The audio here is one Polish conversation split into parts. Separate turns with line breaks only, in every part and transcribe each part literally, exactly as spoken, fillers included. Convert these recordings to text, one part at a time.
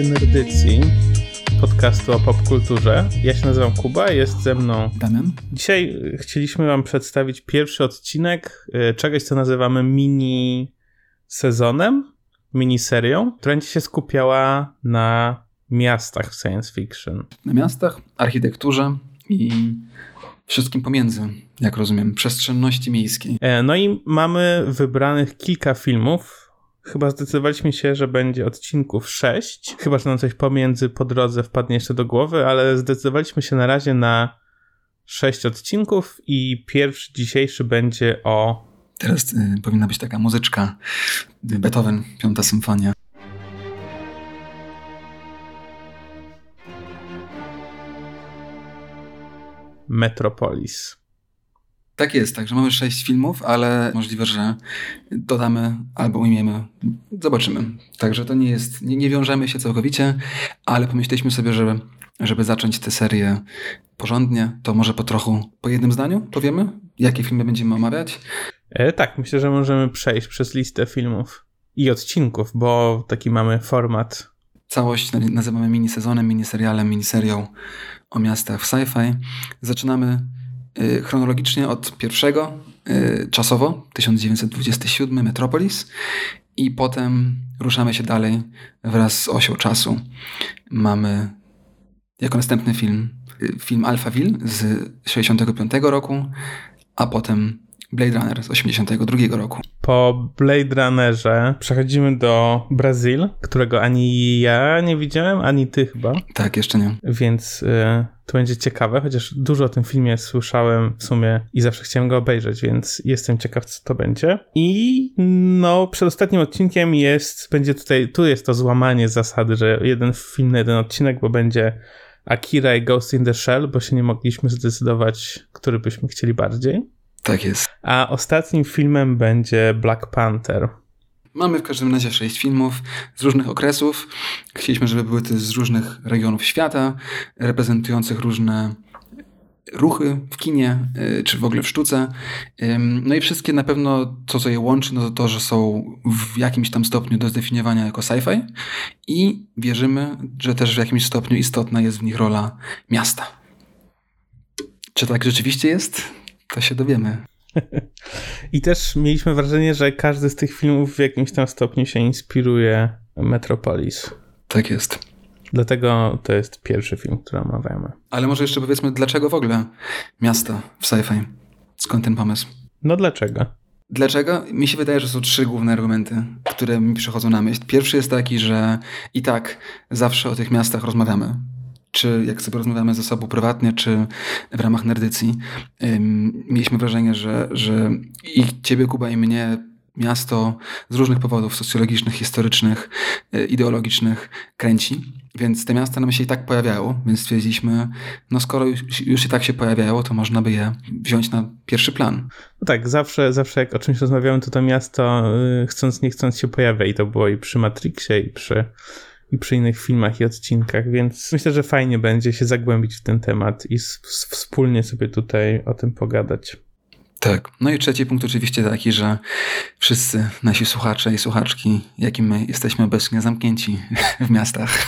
słuchacie Nerdycji, podcastu o popkulturze. Ja się nazywam Kuba, jest ze mną
Damian.
Dzisiaj chcieliśmy wam przedstawić pierwszy odcinek czegoś, co nazywamy mini sezonem, miniserią, która będzie się skupiała na miastach w science fiction.
Na miastach, architekturze i wszystkim pomiędzy, jak rozumiem, przestrzenności miejskiej.
No i mamy wybranych kilka filmów. Chyba zdecydowaliśmy się, że będzie odcinków sześć. Chyba, że nam coś pomiędzy po drodze wpadnie jeszcze do głowy, ale zdecydowaliśmy się na razie na sześć odcinków i pierwszy dzisiejszy będzie o...
Teraz y, powinna być taka muzyczka. Beethoven, Piąta Symfonia.
Metropolis.
Tak jest, także mamy sześć filmów, ale możliwe, że dodamy albo ujmiemy. Zobaczymy. Także to nie jest, nie, nie wiążemy się całkowicie, ale pomyśleliśmy sobie, żeby, żeby zacząć tę serię porządnie, to może po trochu, po jednym zdaniu powiemy, jakie filmy będziemy omawiać?
E, tak, myślę, że możemy przejść przez listę filmów i odcinków, bo taki mamy format.
Całość nazywamy minisezonem, miniserialem, miniserią o miastach w sci-fi. Zaczynamy y, chronologicznie od pierwszego, y, czasowo, tysiąc dziewięćset dwudziesty siódmy, Metropolis, i potem ruszamy się dalej wraz z osią czasu. Mamy jako następny film y, film Alphaville z sześćdziesiątego piątego roku, a potem Blade Runner z osiemdziesiątego drugiego roku.
Po Blade Runnerze przechodzimy do Brazil, którego ani ja nie widziałem, ani ty chyba.
Tak, jeszcze nie.
Więc y, to będzie ciekawe, chociaż dużo o tym filmie słyszałem w sumie i zawsze chciałem go obejrzeć, więc jestem ciekaw, co to będzie. I no, przed ostatnim odcinkiem jest, będzie tutaj, tu jest to złamanie zasady, że jeden film na jeden odcinek, bo będzie Akira i Ghost in the Shell, bo się nie mogliśmy zdecydować, który byśmy chcieli bardziej.
Tak jest.
A ostatnim filmem będzie Black Panther.
Mamy w każdym razie sześć filmów z różnych okresów. Chcieliśmy, żeby były te z różnych regionów świata, reprezentujących różne ruchy w kinie, czy w ogóle w sztuce. No i wszystkie na pewno to, co je łączy, no to to, że są w jakimś tam stopniu do zdefiniowania jako sci-fi i wierzymy, że też w jakimś stopniu istotna jest w nich rola miasta. Czy tak rzeczywiście jest? To się dowiemy.
I też mieliśmy wrażenie, że każdy z tych filmów w jakimś tam stopniu się inspiruje Metropolis.
Tak jest.
Dlatego to jest pierwszy film, który omawiamy.
Ale może jeszcze powiedzmy, dlaczego w ogóle miasta w sci-fi? Skąd ten pomysł?
No dlaczego?
Dlaczego? Mi się wydaje, że są trzy główne argumenty, które mi przychodzą na myśl. Pierwszy jest taki, że i tak zawsze o tych miastach rozmawiamy. Czy jak sobie rozmawiamy ze sobą prywatnie, czy w ramach nerdycji, ym, mieliśmy wrażenie, że, że i ciebie, Kuba, i mnie miasto z różnych powodów socjologicznych, historycznych, yy, ideologicznych kręci. Więc te miasta nam się i tak pojawiają, więc stwierdziliśmy, no skoro już, już i tak się pojawiają, to można by je wziąć na pierwszy plan.
No tak, zawsze, zawsze jak o czymś rozmawiamy, to to miasto yy, chcąc nie chcąc się pojawia i to było i przy Matrixie, i przy... i przy innych filmach i odcinkach, więc myślę, że fajnie będzie się zagłębić w ten temat i s- wspólnie sobie tutaj o tym pogadać.
Tak. No i trzeci punkt oczywiście taki, że wszyscy nasi słuchacze i słuchaczki, jakim my jesteśmy obecnie zamknięci w miastach.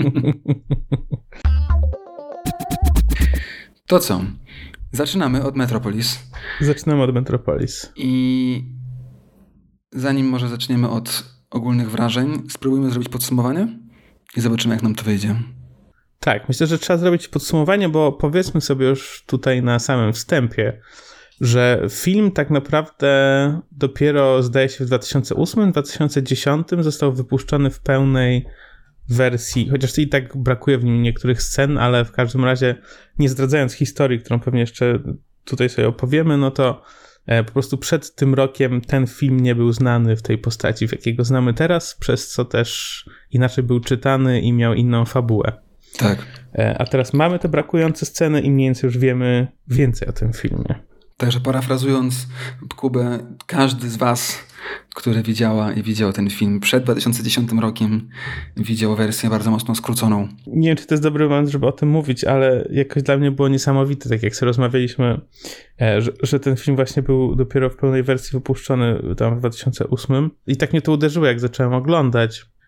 To co? Zaczynamy od Metropolis.
Zaczynamy od Metropolis.
I zanim może zaczniemy od ogólnych wrażeń, spróbujmy zrobić podsumowanie i zobaczymy, jak nam to wyjdzie.
Tak, myślę, że trzeba zrobić podsumowanie, bo powiedzmy sobie już tutaj na samym wstępie, że film tak naprawdę dopiero, zdaje się, w dwa tysiące ósmym dwa tysiące dziesiątym został wypuszczony w pełnej wersji, chociaż i tak brakuje w nim niektórych scen, ale w każdym razie nie zdradzając historii, którą pewnie jeszcze tutaj sobie opowiemy, no to po prostu przed tym rokiem ten film nie był znany w tej postaci, w jakiej go znamy teraz, przez co też inaczej był czytany i miał inną fabułę.
Tak.
A teraz mamy te brakujące sceny i mniej więcej już wiemy więcej o tym filmie.
Także parafrazując Kubę, każdy z was, który widziała i widział ten film przed dwa tysiące dziesiątym rokiem, widział wersję bardzo mocno skróconą.
Nie wiem, czy to jest dobry moment, żeby o tym mówić, ale jakoś dla mnie było niesamowite, tak jak sobie rozmawialiśmy, że, że ten film właśnie był dopiero w pełnej wersji wypuszczony tam w dwa tysiące ósmym i tak mnie to uderzyło, jak zacząłem oglądać,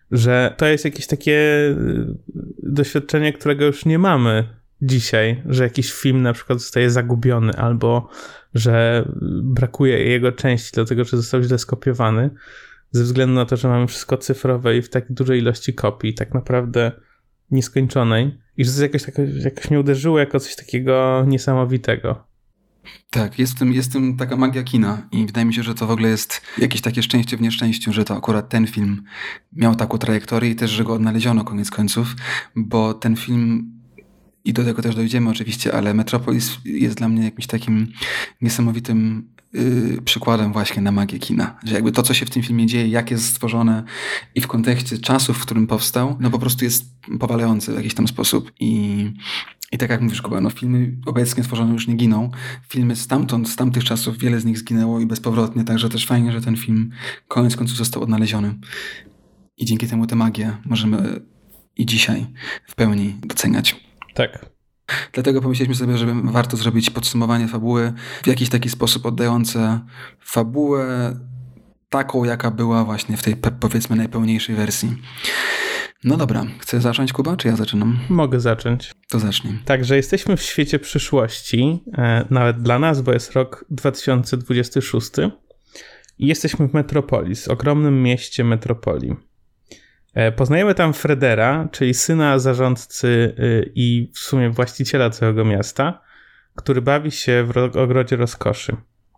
że to jest jakieś takie doświadczenie, którego już nie mamy dzisiaj, że jakiś film na przykład zostaje zagubiony albo że brakuje jego części dlatego, że został źle skopiowany ze względu na to, że mamy wszystko cyfrowe i w tak dużej ilości kopii, tak naprawdę nieskończonej i że to jakoś, tak, jakoś mnie uderzyło jako coś takiego niesamowitego.
Tak, jest w, tym, jest w tym taka magia kina i wydaje mi się, że to w ogóle jest jakieś takie szczęście w nieszczęściu, że to akurat ten film miał taką trajektorię i też, że go odnaleziono koniec końców, bo ten film, i do tego też dojdziemy oczywiście, ale Metropolis jest dla mnie jakimś takim niesamowitym yy, przykładem właśnie na magię kina, że jakby to, co się w tym filmie dzieje, jak jest stworzone i w kontekście czasu, w którym powstał, no po prostu jest powalający w jakiś tam sposób i I tak jak mówisz, Kuba, no filmy obecnie tworzone już nie giną. Filmy stamtąd, z tamtych czasów, wiele z nich zginęło i bezpowrotnie, także też fajnie, że ten film koniec końców został odnaleziony. I dzięki temu tę magię możemy i dzisiaj w pełni doceniać.
Tak.
Dlatego pomyśleliśmy sobie, że warto zrobić podsumowanie fabuły w jakiś taki sposób oddające fabułę taką, jaka była właśnie w tej, powiedzmy, najpełniejszej wersji. No dobra, chcesz zacząć, Kuba, czy ja zaczynam?
Mogę zacząć.
To zacznij.
Także jesteśmy w świecie przyszłości, e, nawet dla nas, bo jest rok dwa tysiące dwudziesty szósty i jesteśmy w Metropolis, ogromnym mieście metropolii. E, poznajemy tam Fredera, czyli syna zarządcy y, i w sumie właściciela całego miasta, który bawi się w ro- ogrodzie rozkoszy.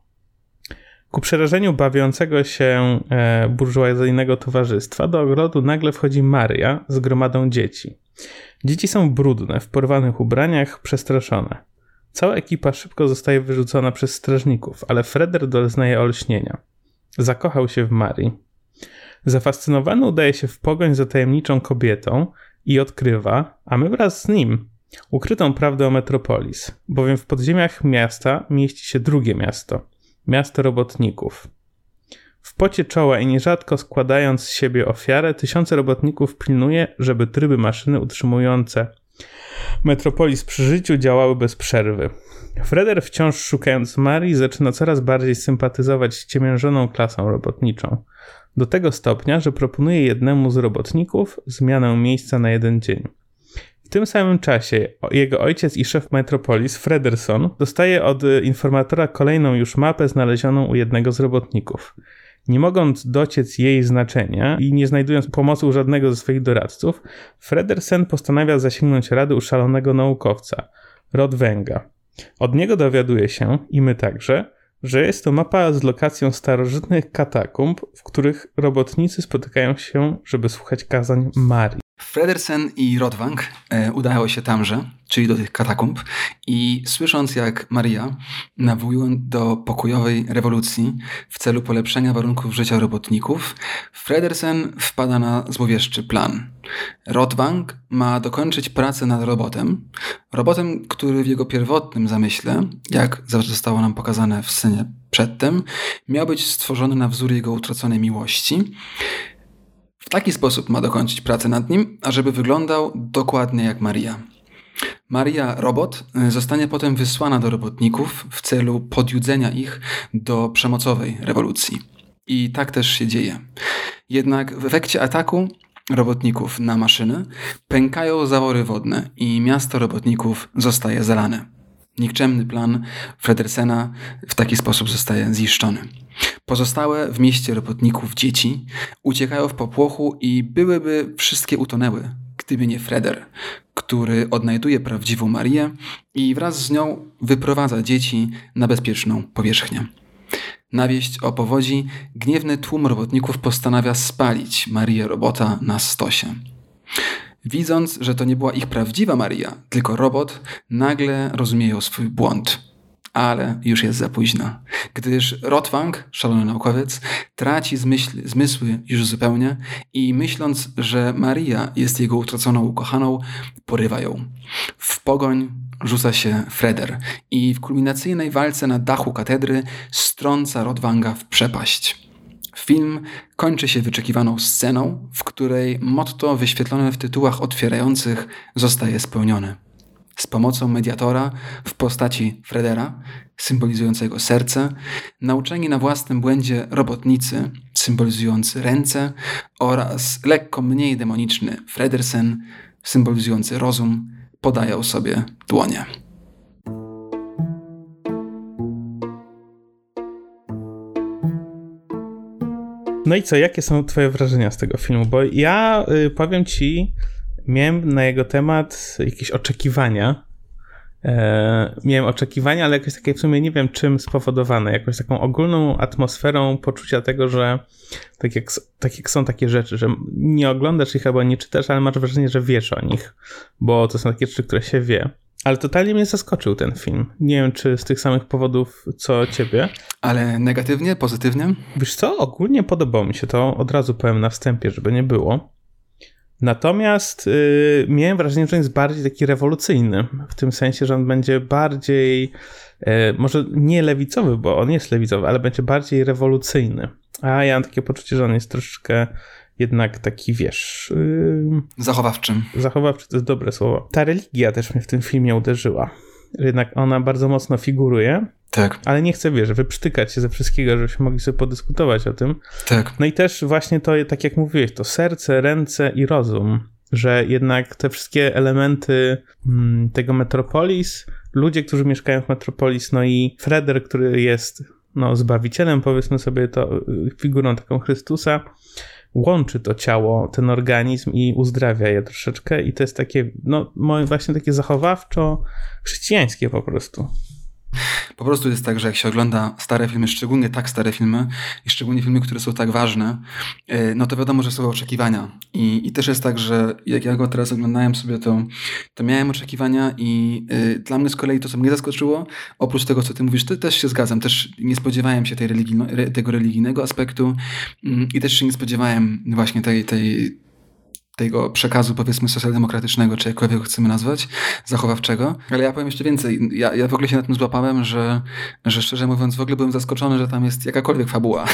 Ku przerażeniu bawiącego się e, burżuazyjnego towarzystwa do ogrodu nagle wchodzi Maria z gromadą dzieci. Dzieci są brudne, w porwanych ubraniach, przestraszone. Cała ekipa szybko zostaje wyrzucona przez strażników, ale Freder doznaje olśnienia. Zakochał się w Marii. Zafascynowany udaje się w pogoń za tajemniczą kobietą i odkrywa, a my wraz z nim, ukrytą prawdę o Metropolis, bowiem w podziemiach miasta mieści się drugie miasto. Miasto robotników. W pocie czoła i nierzadko składając z siebie ofiarę, tysiące robotników pilnuje, żeby tryby maszyny utrzymujące Metropolis przy życiu działały bez przerwy. Freder, wciąż szukając Marii, zaczyna coraz bardziej sympatyzować z ciemiężoną klasą robotniczą. Do tego stopnia, że proponuje jednemu z robotników zmianę miejsca na jeden dzień. W tym samym czasie jego ojciec i szef Metropolis, Frederson, dostaje od informatora kolejną już mapę znalezioną u jednego z robotników. Nie mogąc dociec jej znaczenia i nie znajdując pomocy u żadnego ze swoich doradców, Fredersen postanawia zasięgnąć rady u szalonego naukowca, Rodwenga. Od niego dowiaduje się, i my także, że jest to mapa z lokacją starożytnych katakumb, w których robotnicy spotykają się, żeby słuchać kazań Marii.
Fredersen i Rodwang e, udało się tamże, czyli do tych katakumb i słysząc jak Maria nawołują do pokojowej rewolucji w celu polepszenia warunków życia robotników, Fredersen wpada na złowieszczy plan. Rodwang ma dokończyć pracę nad robotem, robotem, który w jego pierwotnym zamyśle, jak zostało nam pokazane w scenie przedtem, miał być stworzony na wzór jego utraconej miłości. W taki sposób ma dokończyć pracę nad nim, ażeby wyglądał dokładnie jak Maria. Maria, robot, zostanie potem wysłana do robotników w celu podjudzenia ich do przemocowej rewolucji. I tak też się dzieje. Jednak w efekcie ataku robotników na maszyny pękają zawory wodne i miasto robotników zostaje zalane. Nikczemny plan Fredersena w taki sposób zostaje ziszczony. Pozostałe w mieście robotników dzieci uciekają w popłochu i byłyby wszystkie utonęły, gdyby nie Freder, który odnajduje prawdziwą Marię i wraz z nią wyprowadza dzieci na bezpieczną powierzchnię. Na wieść o powodzi gniewny tłum robotników postanawia spalić Marię robota na stosie. Widząc, że to nie była ich prawdziwa Maria, tylko robot, nagle rozumieją swój błąd. Ale już jest za późno, gdyż Rodwang, szalony naukowiec, traci zmyśl, zmysły już zupełnie i myśląc, że Maria jest jego utraconą ukochaną, porywa ją. W pogoń rzuca się Freder i w kulminacyjnej walce na dachu katedry strąca Rodwanga w przepaść. Film kończy się wyczekiwaną sceną, w której motto wyświetlone w tytułach otwierających zostaje spełnione. z pomocą mediatora w postaci Fredera, symbolizującego serce, nauczeni na własnym błędzie robotnicy, symbolizujący ręce, oraz lekko mniej demoniczny Fredersen, symbolizujący rozum, podają sobie dłonie.
No i co, jakie są twoje wrażenia z tego filmu? Bo ja y, powiem ci, miałem na jego temat jakieś oczekiwania. E, miałem oczekiwania, ale jakieś takie w sumie nie wiem czym spowodowane. Jakąś taką ogólną atmosferą poczucia tego, że tak jak, tak jak są takie rzeczy, że nie oglądasz ich albo nie czytasz, ale masz wrażenie, że wiesz o nich. Bo to są takie rzeczy, które się wie. Ale totalnie mnie zaskoczył ten film. Nie wiem, czy z tych samych powodów, co ciebie.
Ale negatywnie, pozytywnie?
Wiesz co, ogólnie podobało mi się to. Od razu powiem na wstępie, żeby nie było. Natomiast yy, miałem wrażenie, że on jest bardziej taki rewolucyjny. W tym sensie, że on będzie bardziej, yy, może nie lewicowy, bo on jest lewicowy, ale będzie bardziej rewolucyjny. A ja mam takie poczucie, że on jest troszeczkę jednak taki, wiesz... Yy,
zachowawczym.
Zachowawczy to jest dobre słowo. Ta religia też mnie w tym filmie uderzyła. Jednak ona bardzo mocno figuruje.
Tak.
Ale nie chcę, wiesz, wyprztykać się ze wszystkiego, żebyśmy mogli sobie podyskutować o tym.
Tak.
No i też właśnie to, tak jak mówiłeś, to serce, ręce i rozum, że jednak te wszystkie elementy mm, tego Metropolis, ludzie, którzy mieszkają w Metropolis, no i Freder, który jest no, zbawicielem, powiedzmy sobie to, figurą taką Chrystusa, łączy to ciało, ten organizm i uzdrawia je troszeczkę i to jest takie, no właśnie takie zachowawczo chrześcijańskie po prostu.
Po prostu jest tak, że jak się ogląda stare filmy, szczególnie tak stare filmy i szczególnie filmy, które są tak ważne, no to wiadomo, że są oczekiwania. I, i też jest tak, że jak ja go teraz oglądałem sobie, to, to miałem oczekiwania i y, dla mnie z kolei to, co mnie zaskoczyło, oprócz tego, co ty mówisz, to też się zgadzam. Też nie spodziewałem się tej religijno, tego religijnego aspektu y, i też się nie spodziewałem właśnie tej, tej tego przekazu, powiedzmy, socjaldemokratycznego, czy jakkolwiek chcemy nazwać, zachowawczego. Ale ja powiem jeszcze więcej. Ja, ja w ogóle się na tym złapałem, że, że szczerze mówiąc w ogóle byłem zaskoczony, że tam jest jakakolwiek fabuła.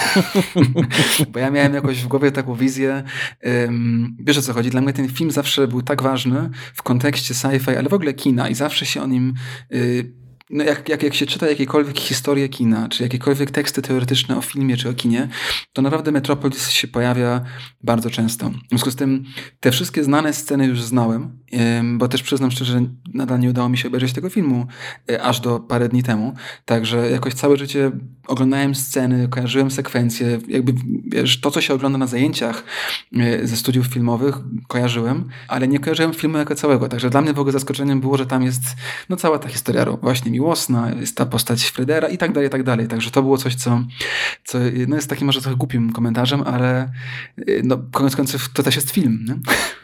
Bo ja miałem jakoś w głowie taką wizję. Um, wiesz o co chodzi? Dla mnie ten film zawsze był tak ważny w kontekście sci-fi, ale w ogóle kina i zawsze się o nim... Y, No jak, jak, jak się czyta jakiekolwiek historie kina, czy jakiekolwiek teksty teoretyczne o filmie, czy o kinie, to naprawdę Metropolis się pojawia bardzo często. W związku z tym te wszystkie znane sceny już znałem, bo też przyznam szczerze, że nadal nie udało mi się obejrzeć tego filmu aż do parę dni temu. Także jakoś całe życie oglądałem sceny, kojarzyłem sekwencje, jakby wiesz, to, co się ogląda na zajęciach ze studiów filmowych, kojarzyłem, ale nie kojarzyłem filmu jako całego. Także dla mnie w ogóle zaskoczeniem było, że tam jest no cała ta historia właśnie miłosna, jest ta postać Fredera i tak dalej, i tak dalej. Także to było coś, co, co no jest takim może trochę głupim komentarzem, ale no koniec końców to też jest film, nie?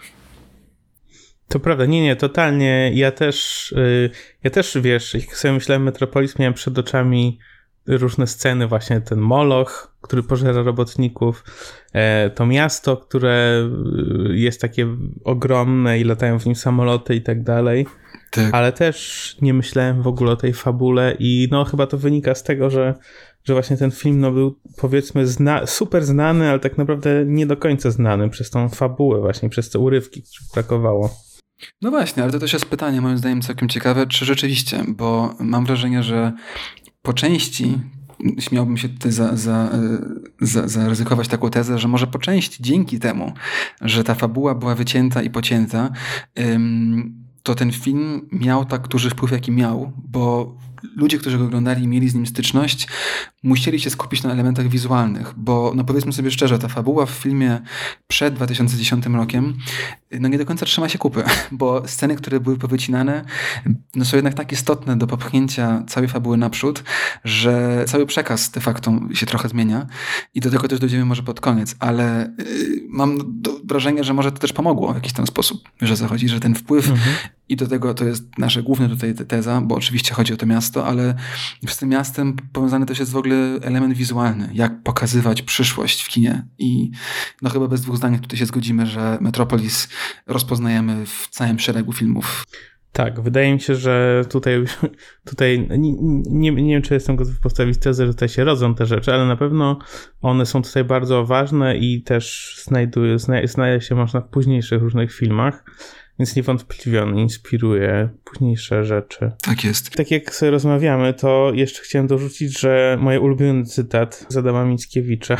To prawda, nie, nie, totalnie. Ja też, yy, ja też, wiesz, jak sobie myślałem Metropolis, miałem przed oczami różne sceny, właśnie ten moloch, który pożera robotników, e, to miasto, które jest takie ogromne i latają w nim samoloty i tak dalej. Tak. Ale też nie myślałem w ogóle o tej fabule i no chyba to wynika z tego, że, że właśnie ten film no, był powiedzmy zna- super znany, ale tak naprawdę nie do końca znany przez tą fabułę właśnie, przez te urywki, których brakowało.
No właśnie, ale to też jest pytanie moim zdaniem całkiem ciekawe, czy rzeczywiście, bo mam wrażenie, że po części śmiałbym się tutaj za, za, za, zaryzykować taką tezę, że może po części dzięki temu, że ta fabuła była wycięta i pocięta, ym, to ten film miał tak duży wpływ, jaki miał, bo ludzie, którzy go oglądali i mieli z nim styczność, musieli się skupić na elementach wizualnych, bo no powiedzmy sobie szczerze, ta fabuła w filmie przed dwa tysiące dziesiątym rokiem no nie do końca trzyma się kupy, bo sceny, które były powycinane no są jednak tak istotne do popchnięcia całej fabuły naprzód, że cały przekaz de facto się trochę zmienia i do tego też dojdziemy może pod koniec, ale yy, mam do, wrażenie, że może to też pomogło w jakiś ten sposób, wiesz o co chodzi, że ten wpływ mhm. i do tego to jest nasze główne tutaj teza, bo oczywiście chodzi o to miasto, ale z tym miastem powiązany też jest w ogóle element wizualny, jak pokazywać przyszłość w kinie i no chyba bez dwóch zdań tutaj się zgodzimy, że Metropolis rozpoznajemy w całym szeregu filmów.
Tak, wydaje mi się, że tutaj, tutaj nie, nie, nie wiem, czy jestem gotów postawić tezę, że tutaj się rodzą te rzeczy, ale na pewno one są tutaj bardzo ważne i też znajduje, znajdzie się można w późniejszych różnych filmach. Więc niewątpliwie on inspiruje późniejsze rzeczy.
Tak jest.
Tak jak sobie rozmawiamy, to jeszcze chciałem dorzucić, że mój ulubiony cytat z Adama Mickiewicza,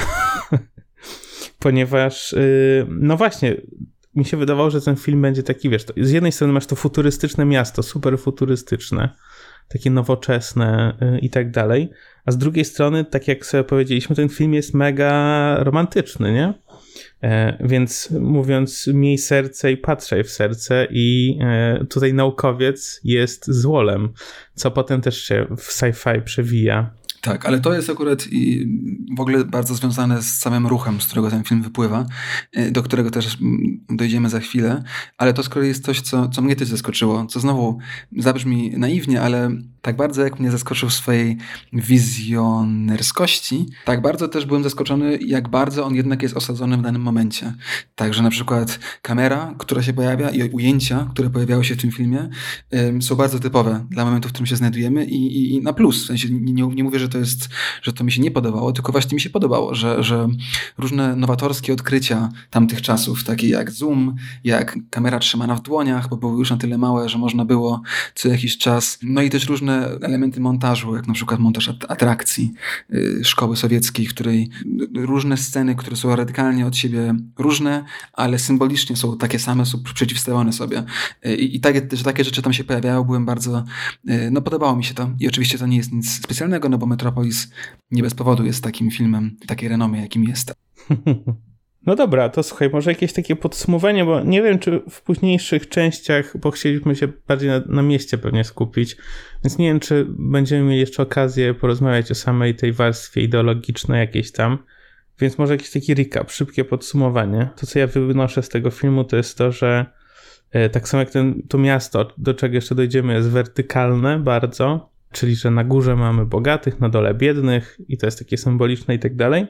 ponieważ yy, no właśnie, mi się wydawało, że ten film będzie taki, wiesz, to z jednej strony masz to futurystyczne miasto, super futurystyczne, takie nowoczesne yy, i tak dalej, a z drugiej strony, tak jak sobie powiedzieliśmy, ten film jest mega romantyczny, nie? E, więc mówiąc, miej serce i patrzaj w serce, i e, tutaj naukowiec jest złolem, co potem też się w sci-fi przewija.
Tak, ale to jest akurat i w ogóle bardzo związane z samym ruchem, z którego ten film wypływa, do którego też dojdziemy za chwilę, ale to z kolei jest coś, co, co mnie też zaskoczyło, co znowu zabrzmi naiwnie, ale tak bardzo jak mnie zaskoczył w swojej wizjonerskości, tak bardzo też byłem zaskoczony, jak bardzo on jednak jest osadzony w danym momencie. Także na przykład kamera, która się pojawia, i ujęcia, które pojawiały się w tym filmie, ym, są bardzo typowe dla momentu, w którym się znajdujemy i, i, i na plus. W sensie nie, nie, nie mówię, że to jest, że to mi się nie podobało, tylko właśnie mi się podobało, że, że różne nowatorskie odkrycia tamtych czasów, takie jak zoom, jak kamera trzymana w dłoniach, bo były już na tyle małe, że można było co jakiś czas, no i też różne elementy montażu, jak na przykład montaż atrakcji yy, szkoły sowieckiej, w której różne sceny, które są radykalnie od siebie różne, ale symbolicznie są takie same, są przeciwstawione sobie. Yy, I takie, że takie rzeczy tam się pojawiały, byłem bardzo, yy, no podobało mi się to. I oczywiście to nie jest nic specjalnego, no bo Metropolis nie bez powodu jest takim filmem, takiej renomy, jakim jest.
No dobra, to słuchaj, może jakieś takie podsumowanie, bo nie wiem, czy w późniejszych częściach, bo chcieliśmy się bardziej na, na mieście pewnie skupić, więc nie wiem, czy będziemy mieli jeszcze okazję porozmawiać o samej tej warstwie ideologicznej jakiejś tam, więc może jakiś taki recap, szybkie podsumowanie. To, co ja wynoszę z tego filmu, to jest to, że e, tak samo jak ten, to miasto, do czego jeszcze dojdziemy, jest wertykalne bardzo, czyli że na górze mamy bogatych, na dole biednych i to jest takie symboliczne i tak dalej.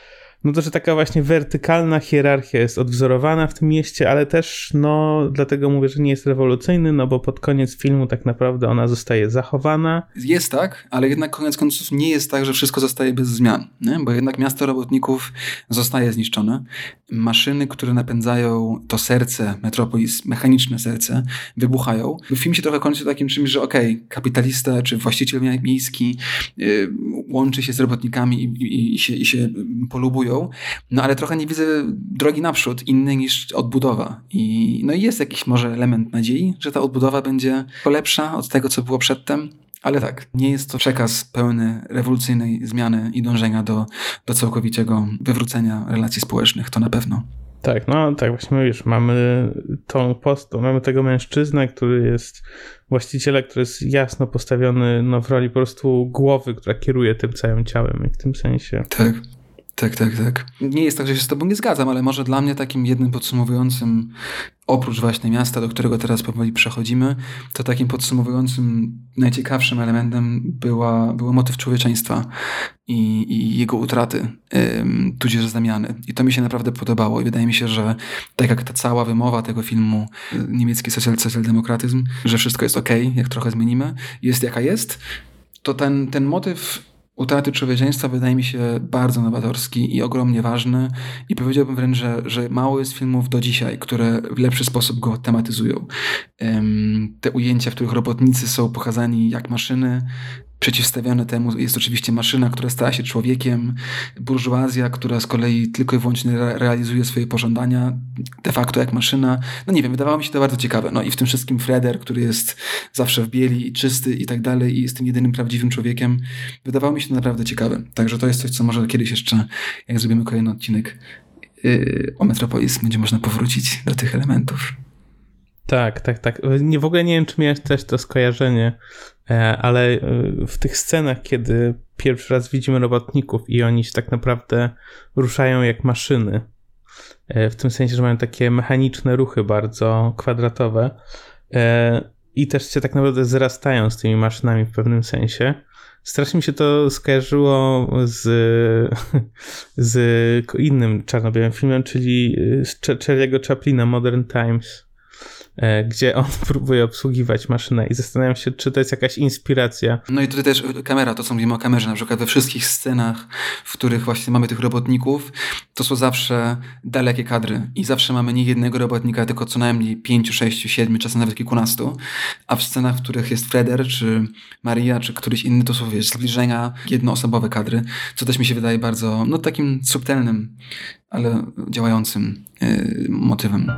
No to, że taka właśnie wertykalna hierarchia jest odwzorowana w tym mieście, ale też, no, dlatego mówię, że nie jest rewolucyjny, no bo pod koniec filmu tak naprawdę ona zostaje zachowana.
Jest tak, ale jednak koniec końców nie jest tak, że wszystko zostaje bez zmian, nie? Bo jednak miasto robotników zostaje zniszczone. Maszyny, które napędzają to serce Metropolis, mechaniczne serce, wybuchają. Film się trochę kończy takim czymś, że okej, okay, kapitalista czy właściciel miejski yy, łączy się z robotnikami i, i, i, się, i się polubują. No ale trochę nie widzę drogi naprzód innej niż odbudowa. I no i jest jakiś może element nadziei, że ta odbudowa będzie lepsza od tego, co było przedtem. Ale tak, nie jest to przekaz pełny rewolucyjnej zmiany i dążenia do, do całkowitego wywrócenia relacji społecznych, to na pewno.
Tak, no tak właśnie mówisz, mamy tą postą, mamy tego mężczyznę, który jest właścicielem, który jest jasno postawiony no, w roli po prostu głowy, która kieruje tym całym ciałem i w tym sensie.
Tak. Tak, tak, tak. Nie jest tak, że się z tobą nie zgadzam, ale może dla mnie takim jednym podsumowującym, oprócz właśnie miasta, do którego teraz powoli przechodzimy, to takim podsumowującym, najciekawszym elementem była, był motyw człowieczeństwa i, i jego utraty, ym, tudzież zamiany. I to mi się naprawdę podobało i wydaje mi się, że tak jak ta cała wymowa tego filmu, niemiecki socjal, socjaldemokratyzm, że wszystko jest okej, okay, jak trochę zmienimy, jest jaka jest, to ten, ten motyw utraty człowieczeństwa wydaje mi się bardzo nowatorski i ogromnie ważny i powiedziałbym wręcz, że, że mało jest filmów do dzisiaj, które w lepszy sposób go tematyzują. Um, te ujęcia, w których robotnicy są pokazani jak maszyny, przeciwstawione temu jest oczywiście maszyna, która stała się człowiekiem, burżuazja, która z kolei tylko i wyłącznie re- realizuje swoje pożądania, de facto jak maszyna. No nie wiem, wydawało mi się to bardzo ciekawe. No i w tym wszystkim Freder, który jest zawsze w bieli i czysty i tak dalej i jest tym jedynym prawdziwym człowiekiem. Wydawało mi się to naprawdę ciekawe. Także to jest coś, co może kiedyś jeszcze, jak zrobimy kolejny odcinek yy, o Metropolis, będzie można powrócić do tych elementów.
Tak, tak, tak. Nie, w ogóle nie wiem, czy miałeś też to skojarzenie, ale w tych scenach, kiedy pierwszy raz widzimy robotników i oni się tak naprawdę ruszają jak maszyny, w tym sensie, że mają takie mechaniczne ruchy bardzo kwadratowe i też się tak naprawdę zrastają z tymi maszynami w pewnym sensie. Strasznie mi się to skojarzyło z, z innym czarno-białym filmem, czyli z Charlie'ego Chaplina, Modern Times, gdzie on próbuje obsługiwać maszynę i zastanawiam się, czy to jest jakaś inspiracja.
No i tutaj też kamera, to co mówimy o kamerze, na przykład we wszystkich scenach, w których właśnie mamy tych robotników, to są zawsze dalekie kadry i zawsze mamy nie jednego robotnika, tylko co najmniej pięciu, sześciu, siedmiu, czasem nawet kilkunastu, a w scenach, w których jest Freder, czy Maria, czy któryś inny, to są, wiesz, zbliżenia, jednoosobowe kadry, co też mi się wydaje bardzo, no takim subtelnym, ale działającym yy, motywem.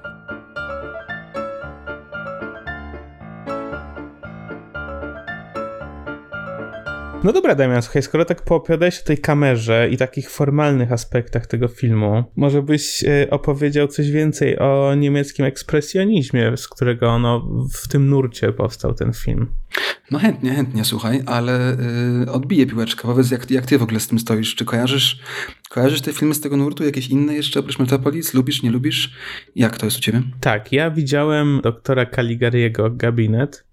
No dobra, Damian, słuchaj, skoro tak poopowiadałeś o tej kamerze i takich formalnych aspektach tego filmu, może byś opowiedział coś więcej o niemieckim ekspresjonizmie, z którego ono w tym nurcie powstał ten film.
No chętnie, chętnie, słuchaj, ale yy, odbiję piłeczkę. Powiedz, jak, jak ty w ogóle z tym stoisz? Czy kojarzysz, kojarzysz te filmy z tego nurtu? Jakieś inne jeszcze oprócz Metropolis? Lubisz, nie lubisz? Jak to jest u ciebie?
Tak, ja widziałem doktora Caligariego Gabinet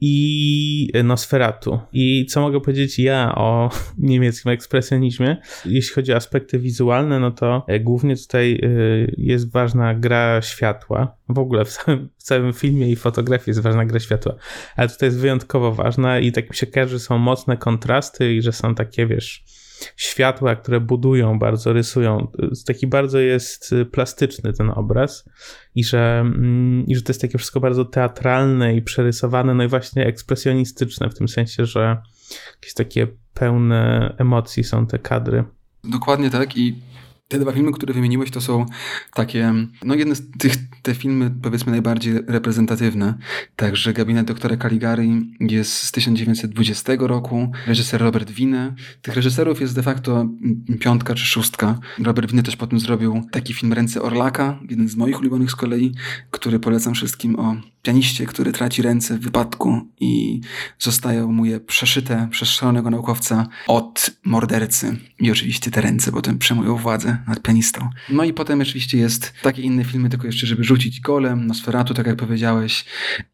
i Nosferatu. I co mogę powiedzieć ja o niemieckim ekspresjonizmie? Jeśli chodzi o aspekty wizualne, no to głównie tutaj jest ważna gra światła. W ogóle w całym, w całym filmie i fotografii jest ważna gra światła. Ale tutaj jest wyjątkowo ważna i tak mi się kojarzy, że są mocne kontrasty i że są takie, wiesz, światła, które budują bardzo, rysują. Taki bardzo jest plastyczny ten obraz i że, i że to jest takie wszystko bardzo teatralne i przerysowane, no i właśnie ekspresjonistyczne w tym sensie, że jakieś takie pełne emocji są te kadry.
Dokładnie tak i te dwa filmy, które wymieniłeś, to są takie, no jedne z tych, te filmy powiedzmy najbardziej reprezentatywne. Także Gabinet doktora Caligari jest z tysiąc dziewięćset dwudziestego roku, reżyser Robert Wiene. Tych reżyserów jest de facto piątka czy szóstka. Robert Wiene też potem zrobił taki film Ręce Orlaka, jeden z moich ulubionych z kolei, który polecam wszystkim, o pianiście, który traci ręce w wypadku i zostają mu je przeszyte przez szalonego naukowca od mordercy. I oczywiście te ręce potem przejmują władzę nad pianistą. No i potem oczywiście jest takie inne filmy, tylko jeszcze żeby rzucić Golem, Nosferatu, tak jak powiedziałeś.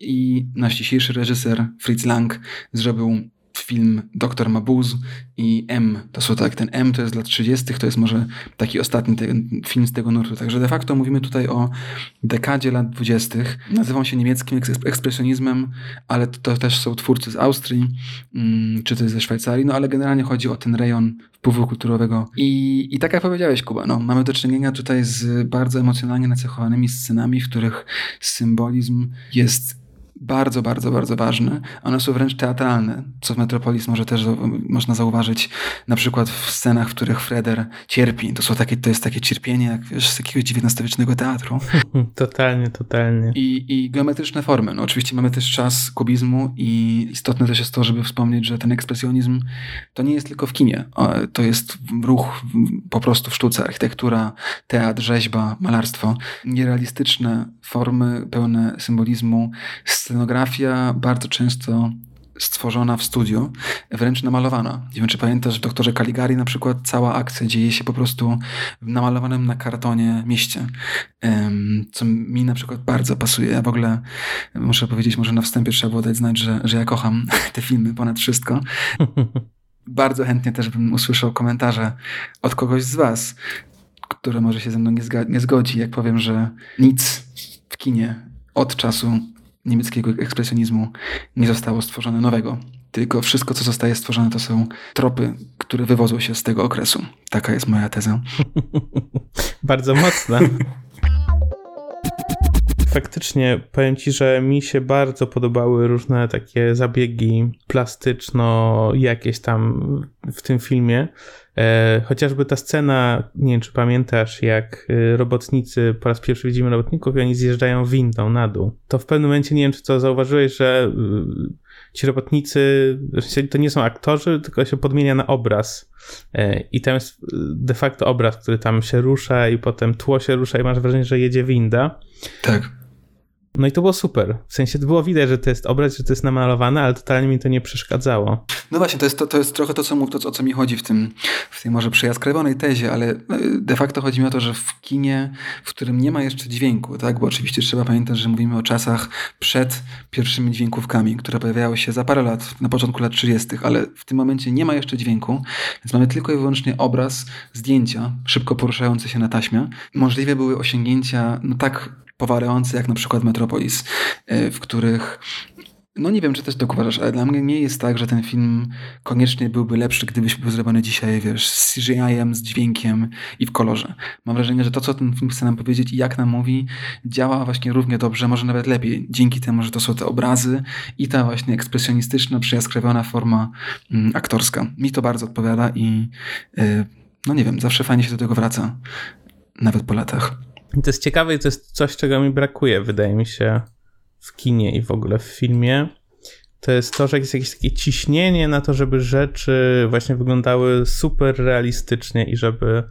I nasz dzisiejszy reżyser Fritz Lang zrobił film Doktor Mabuse i M. To są tak, ten M to jest lat trzydziestych, to jest może taki ostatni ten film z tego nurtu. Także de facto mówimy tutaj o dekadzie lat dwudziestych. Nazywam się niemieckim ekspresjonizmem, ale to, to też są twórcy z Austrii, mm, czy też ze Szwajcarii, no ale generalnie chodzi o ten rejon wpływu kulturowego. I, i tak jak powiedziałeś, Kuba, no, mamy do czynienia tutaj z bardzo emocjonalnie nacechowanymi scenami, w których symbolizm jest bardzo, bardzo, bardzo ważne. One są wręcz teatralne, co w Metropolis może też można zauważyć na przykład w scenach, w których Freder cierpi. To są takie, to jest takie cierpienie, jak wiesz, z jakiegoś dziewiętnastowiecznego teatru.
Totalnie, totalnie.
I, I geometryczne formy. No oczywiście mamy też czas kubizmu i istotne też jest to, żeby wspomnieć, że ten ekspresjonizm to nie jest tylko w kinie. To jest ruch po prostu w sztuce. Architektura, teatr, rzeźba, malarstwo. Nierealistyczne formy pełne symbolizmu, scenografia bardzo często stworzona w studiu, wręcz namalowana. Nie wiem, czy pamiętasz, w Doktorze Caligari na przykład cała akcja dzieje się po prostu w namalowanym na kartonie mieście, co mi na przykład bardzo pasuje. Ja w ogóle muszę powiedzieć, może na wstępie trzeba było dać znać, że, że ja kocham te filmy ponad wszystko. Bardzo chętnie też bym usłyszał komentarze od kogoś z was, który może się ze mną nie, zga- nie zgodzi, jak powiem, że nic w kinie od czasu niemieckiego ekspresjonizmu nie zostało stworzone nowego. Tylko wszystko, co zostaje stworzone, to są tropy, które wywodzą się z tego okresu. Taka jest moja teza.
Bardzo mocna. Faktycznie powiem ci, że mi się bardzo podobały różne takie zabiegi plastyczno jakieś tam w tym filmie. E, chociażby ta scena, nie wiem czy pamiętasz, jak robotnicy, po raz pierwszy widzimy robotników i oni zjeżdżają windą na dół. To w pewnym momencie, nie wiem czy to zauważyłeś, że ci robotnicy, to nie są aktorzy, tylko się podmienia na obraz. E, I tam jest de facto obraz, który tam się rusza i potem tło się rusza i masz wrażenie, że jedzie winda.
Tak.
No i to było super. W sensie to było widać, że to jest obraz, że to jest namalowane, ale totalnie mi to nie przeszkadzało.
No właśnie, to jest, to, to jest trochę to, co, to, o co mi chodzi w tym, w tej może przejaskrawonej tezie, ale de facto chodzi mi o to, że w kinie, w którym nie ma jeszcze dźwięku, tak, bo oczywiście trzeba pamiętać, że mówimy o czasach przed pierwszymi dźwiękówkami, które pojawiały się za parę lat, na początku lat trzydziestych, ale w tym momencie nie ma jeszcze dźwięku, więc mamy tylko i wyłącznie obraz, zdjęcia, szybko poruszające się na taśmie. Możliwe były osiągnięcia, no tak powalające, jak na przykład Metropolis, w których no nie wiem, czy też tak uważasz, ale dla mnie nie jest tak, że ten film koniecznie byłby lepszy, gdybyś był zrobiony dzisiaj, wiesz, z C G I-em, z dźwiękiem i w kolorze. Mam wrażenie, że to, co ten film chce nam powiedzieć i jak nam mówi, działa właśnie równie dobrze, może nawet lepiej, dzięki temu, że to są te obrazy i ta właśnie ekspresjonistyczna, przyjaskrawiona forma mm, aktorska. Mi to bardzo odpowiada i yy, no nie wiem, zawsze fajnie się do tego wraca, nawet po latach.
I to jest ciekawe i to jest coś, czego mi brakuje, wydaje mi się, w kinie i w ogóle w filmie. To jest to, że jest jakieś takie ciśnienie na to, żeby rzeczy właśnie wyglądały super realistycznie i żeby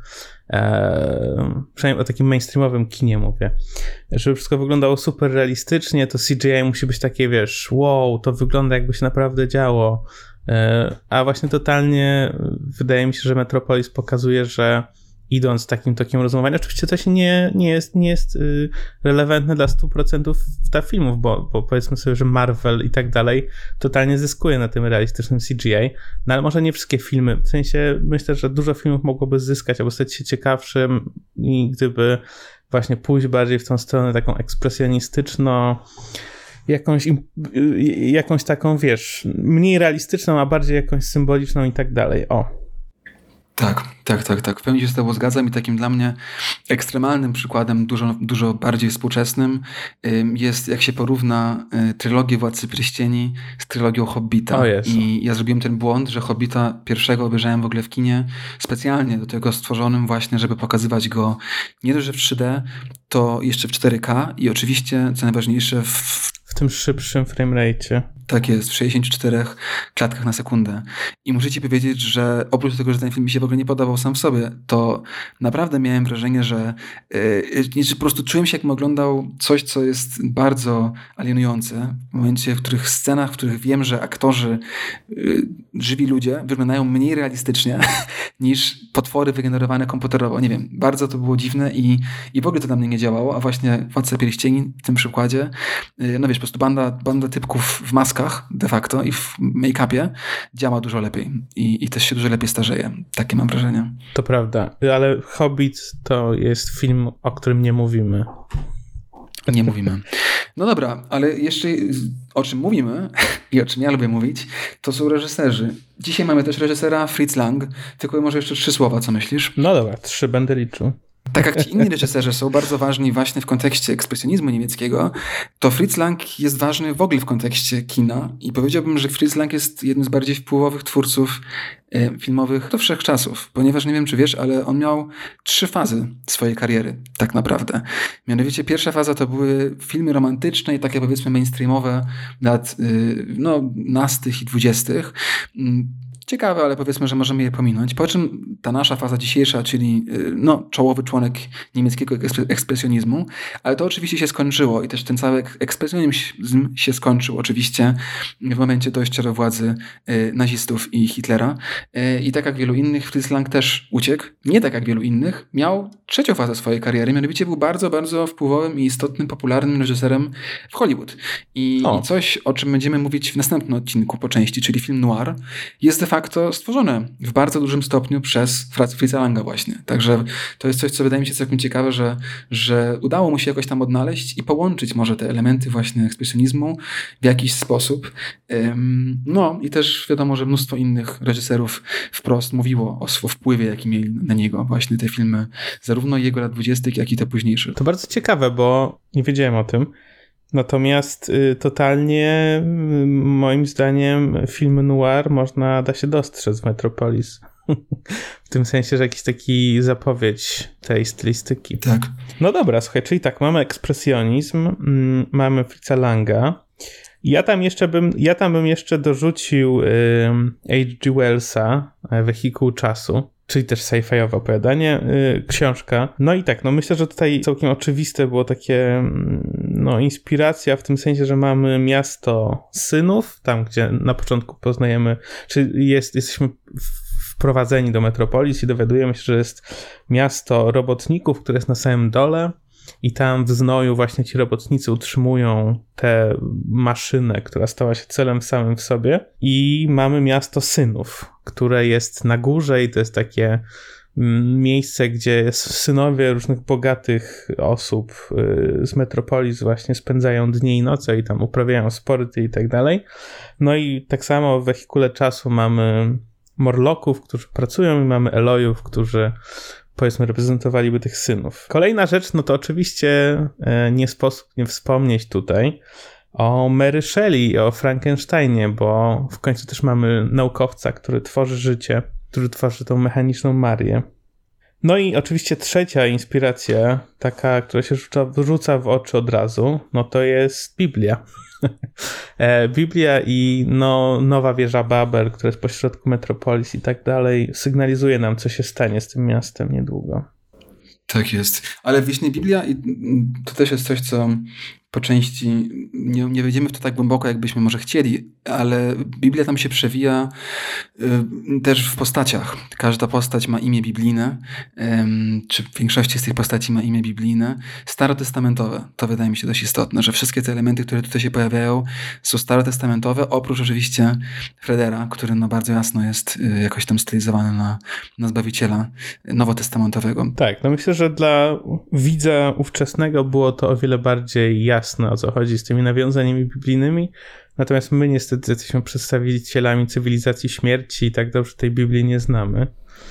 e, przynajmniej o takim mainstreamowym kinie mówię, żeby wszystko wyglądało super realistycznie, to C G I musi być takie, wiesz, wow, to wygląda jakby się naprawdę działo. E, a właśnie totalnie wydaje mi się, że Metropolis pokazuje, że idąc takim tokiem rozmowania, oczywiście to się nie, nie jest, nie jest y, relevantne dla stu procent dla filmów, bo, bo powiedzmy sobie, że Marvel i tak dalej totalnie zyskuje na tym realistycznym C G I, no ale może nie wszystkie filmy, w sensie myślę, że dużo filmów mogłoby zyskać albo stać się ciekawszym i gdyby właśnie pójść bardziej w tą stronę taką ekspresjonistyczną, jakąś, jakąś taką, wiesz, mniej realistyczną, a bardziej jakąś symboliczną i tak dalej. O.
Tak, tak, tak, tak. W pełni się z tobą zgadzam i takim dla mnie ekstremalnym przykładem, dużo, dużo bardziej współczesnym jest, jak się porówna trylogię Władcy Pierścieni z trylogią Hobbita. I ja zrobiłem ten błąd, że Hobbita pierwszego obejrzałem w ogóle w kinie specjalnie do tego stworzonym właśnie, żeby pokazywać go nie dość, że w trzy D, to jeszcze w cztery K i oczywiście, co najważniejsze, w
w tym szybszym framerate.
Tak jest, w sześćdziesięciu czterech klatkach na sekundę. I muszę ci powiedzieć, że oprócz tego, że ten film mi się w ogóle nie podobał sam w sobie, to naprawdę miałem wrażenie, że, yy, że po prostu czułem się, jakbym oglądał coś, co jest bardzo alienujące. W momencie, w których scenach, w których wiem, że aktorzy, yy, żywi ludzie wyglądają mniej realistycznie niż potwory wygenerowane komputerowo. Nie wiem, bardzo to było dziwne i, i w ogóle to na mnie nie działało, a właśnie Władca Pierścieni w tym przykładzie, yy, no wiesz, po prostu banda, banda typków w maskach de facto i w make-upie działa dużo lepiej i, i też się dużo lepiej starzeje. Takie mam wrażenie.
To prawda, ale Hobbit to jest film, o którym nie mówimy.
Nie mówimy. No dobra, ale jeszcze o czym mówimy i o czym ja lubię mówić, to są reżyserzy. Dzisiaj mamy też reżysera Fritz Lang, tylko może jeszcze trzy słowa, co myślisz?
No dobra, trzy będę liczył.
Tak jak ci inni reżyserzy są bardzo ważni właśnie w kontekście ekspresjonizmu niemieckiego, to Fritz Lang jest ważny w ogóle w kontekście kina i powiedziałbym, że Fritz Lang jest jednym z bardziej wpływowych twórców e, filmowych do wszechczasów, ponieważ nie wiem, czy wiesz, ale on miał trzy fazy swojej kariery, tak naprawdę. Mianowicie pierwsza faza to były filmy romantyczne i takie powiedzmy mainstreamowe lat y, no, nastych i dwudziestych. Ciekawe, ale powiedzmy, że możemy je pominąć. Po czym ta nasza faza dzisiejsza, czyli no, czołowy członek niemieckiego ekspresjonizmu, ale to oczywiście się skończyło i też ten cały ekspresjonizm się skończył oczywiście w momencie dojścia do władzy nazistów i Hitlera. I tak jak wielu innych, Fritz Lang też uciekł. Nie tak jak wielu innych. Miał trzecią fazę swojej kariery, mianowicie był bardzo, bardzo wpływowym i istotnym, popularnym reżyserem w Hollywood. I, i coś, o czym będziemy mówić w następnym odcinku po części, czyli film noir, jest de facto to stworzone w bardzo dużym stopniu przez Fritza Langa właśnie. Także to jest coś, co wydaje mi się całkiem ciekawe, że, że udało mu się jakoś tam odnaleźć i połączyć może te elementy właśnie ekspresjonizmu w jakiś sposób. No i też wiadomo, że mnóstwo innych reżyserów wprost mówiło o swym wpływie, jaki mieli na niego właśnie te filmy, zarówno jego lat dwudziestych, jak i te późniejsze.
To bardzo ciekawe, bo nie wiedziałem o tym. Natomiast y, totalnie y, moim zdaniem film noir można da się dostrzec w Metropolis. W tym sensie, że jakiś taki zapowiedź tej stylistyki.
Tak.
No dobra, słuchaj, czyli tak, mamy ekspresjonizm, mm, mamy Fritza Langa. Ja tam jeszcze bym, ja tam bym jeszcze dorzucił y, H G Wellsa, Wehikuł czasu. Czyli też sci-fiowe opowiadanie, yy, książka. No i tak, no myślę, że tutaj całkiem oczywiste było takie, no inspiracja w tym sensie, że mamy miasto synów, tam gdzie na początku poznajemy, czy jest, jesteśmy wprowadzeni do Metropolis i dowiadujemy się, że jest miasto robotników, które jest na samym dole i tam w znoju właśnie ci robotnicy utrzymują tę maszynę, która stała się celem samym w sobie i mamy miasto synów, które jest na górze i to jest takie miejsce, gdzie synowie różnych bogatych osób z Metropolis właśnie spędzają dnie i noce i tam uprawiają sporty i tak dalej. No i tak samo w wehikule czasu mamy Morlocków, którzy pracują i mamy Elojów, którzy powiedzmy reprezentowaliby tych synów. Kolejna rzecz, no to oczywiście nie sposób nie wspomnieć tutaj o Mary Shelley i o Frankensteinie, bo w końcu też mamy naukowca, który tworzy życie, który tworzy tą mechaniczną Marię. No i oczywiście trzecia inspiracja, taka, która się rzuca, rzuca w oczy od razu, no to jest Biblia. Biblia i no, nowa wieża Babel, która jest pośrodku Metropolis i tak dalej, sygnalizuje nam, co się stanie z tym miastem niedługo.
Tak jest. Ale właśnie Biblia i to też jest coś, co po części nie, nie wejdziemy w to tak głęboko, jakbyśmy może chcieli, ale Biblia tam się przewija y, też w postaciach. Każda postać ma imię biblijne, y, czy w większości z tych postaci ma imię biblijne. Starotestamentowe. To wydaje mi się dość istotne, że wszystkie te elementy, które tutaj się pojawiają, są starotestamentowe, oprócz oczywiście Fredera, który no bardzo jasno jest y, jakoś tam stylizowany na, na Zbawiciela nowotestamentowego.
Tak, no myślę, że dla widza ówczesnego było to o wiele bardziej jasne, jasne, o co chodzi z tymi nawiązaniami biblijnymi, natomiast my niestety jesteśmy przedstawicielami cywilizacji śmierci i tak dobrze tej Biblii nie znamy.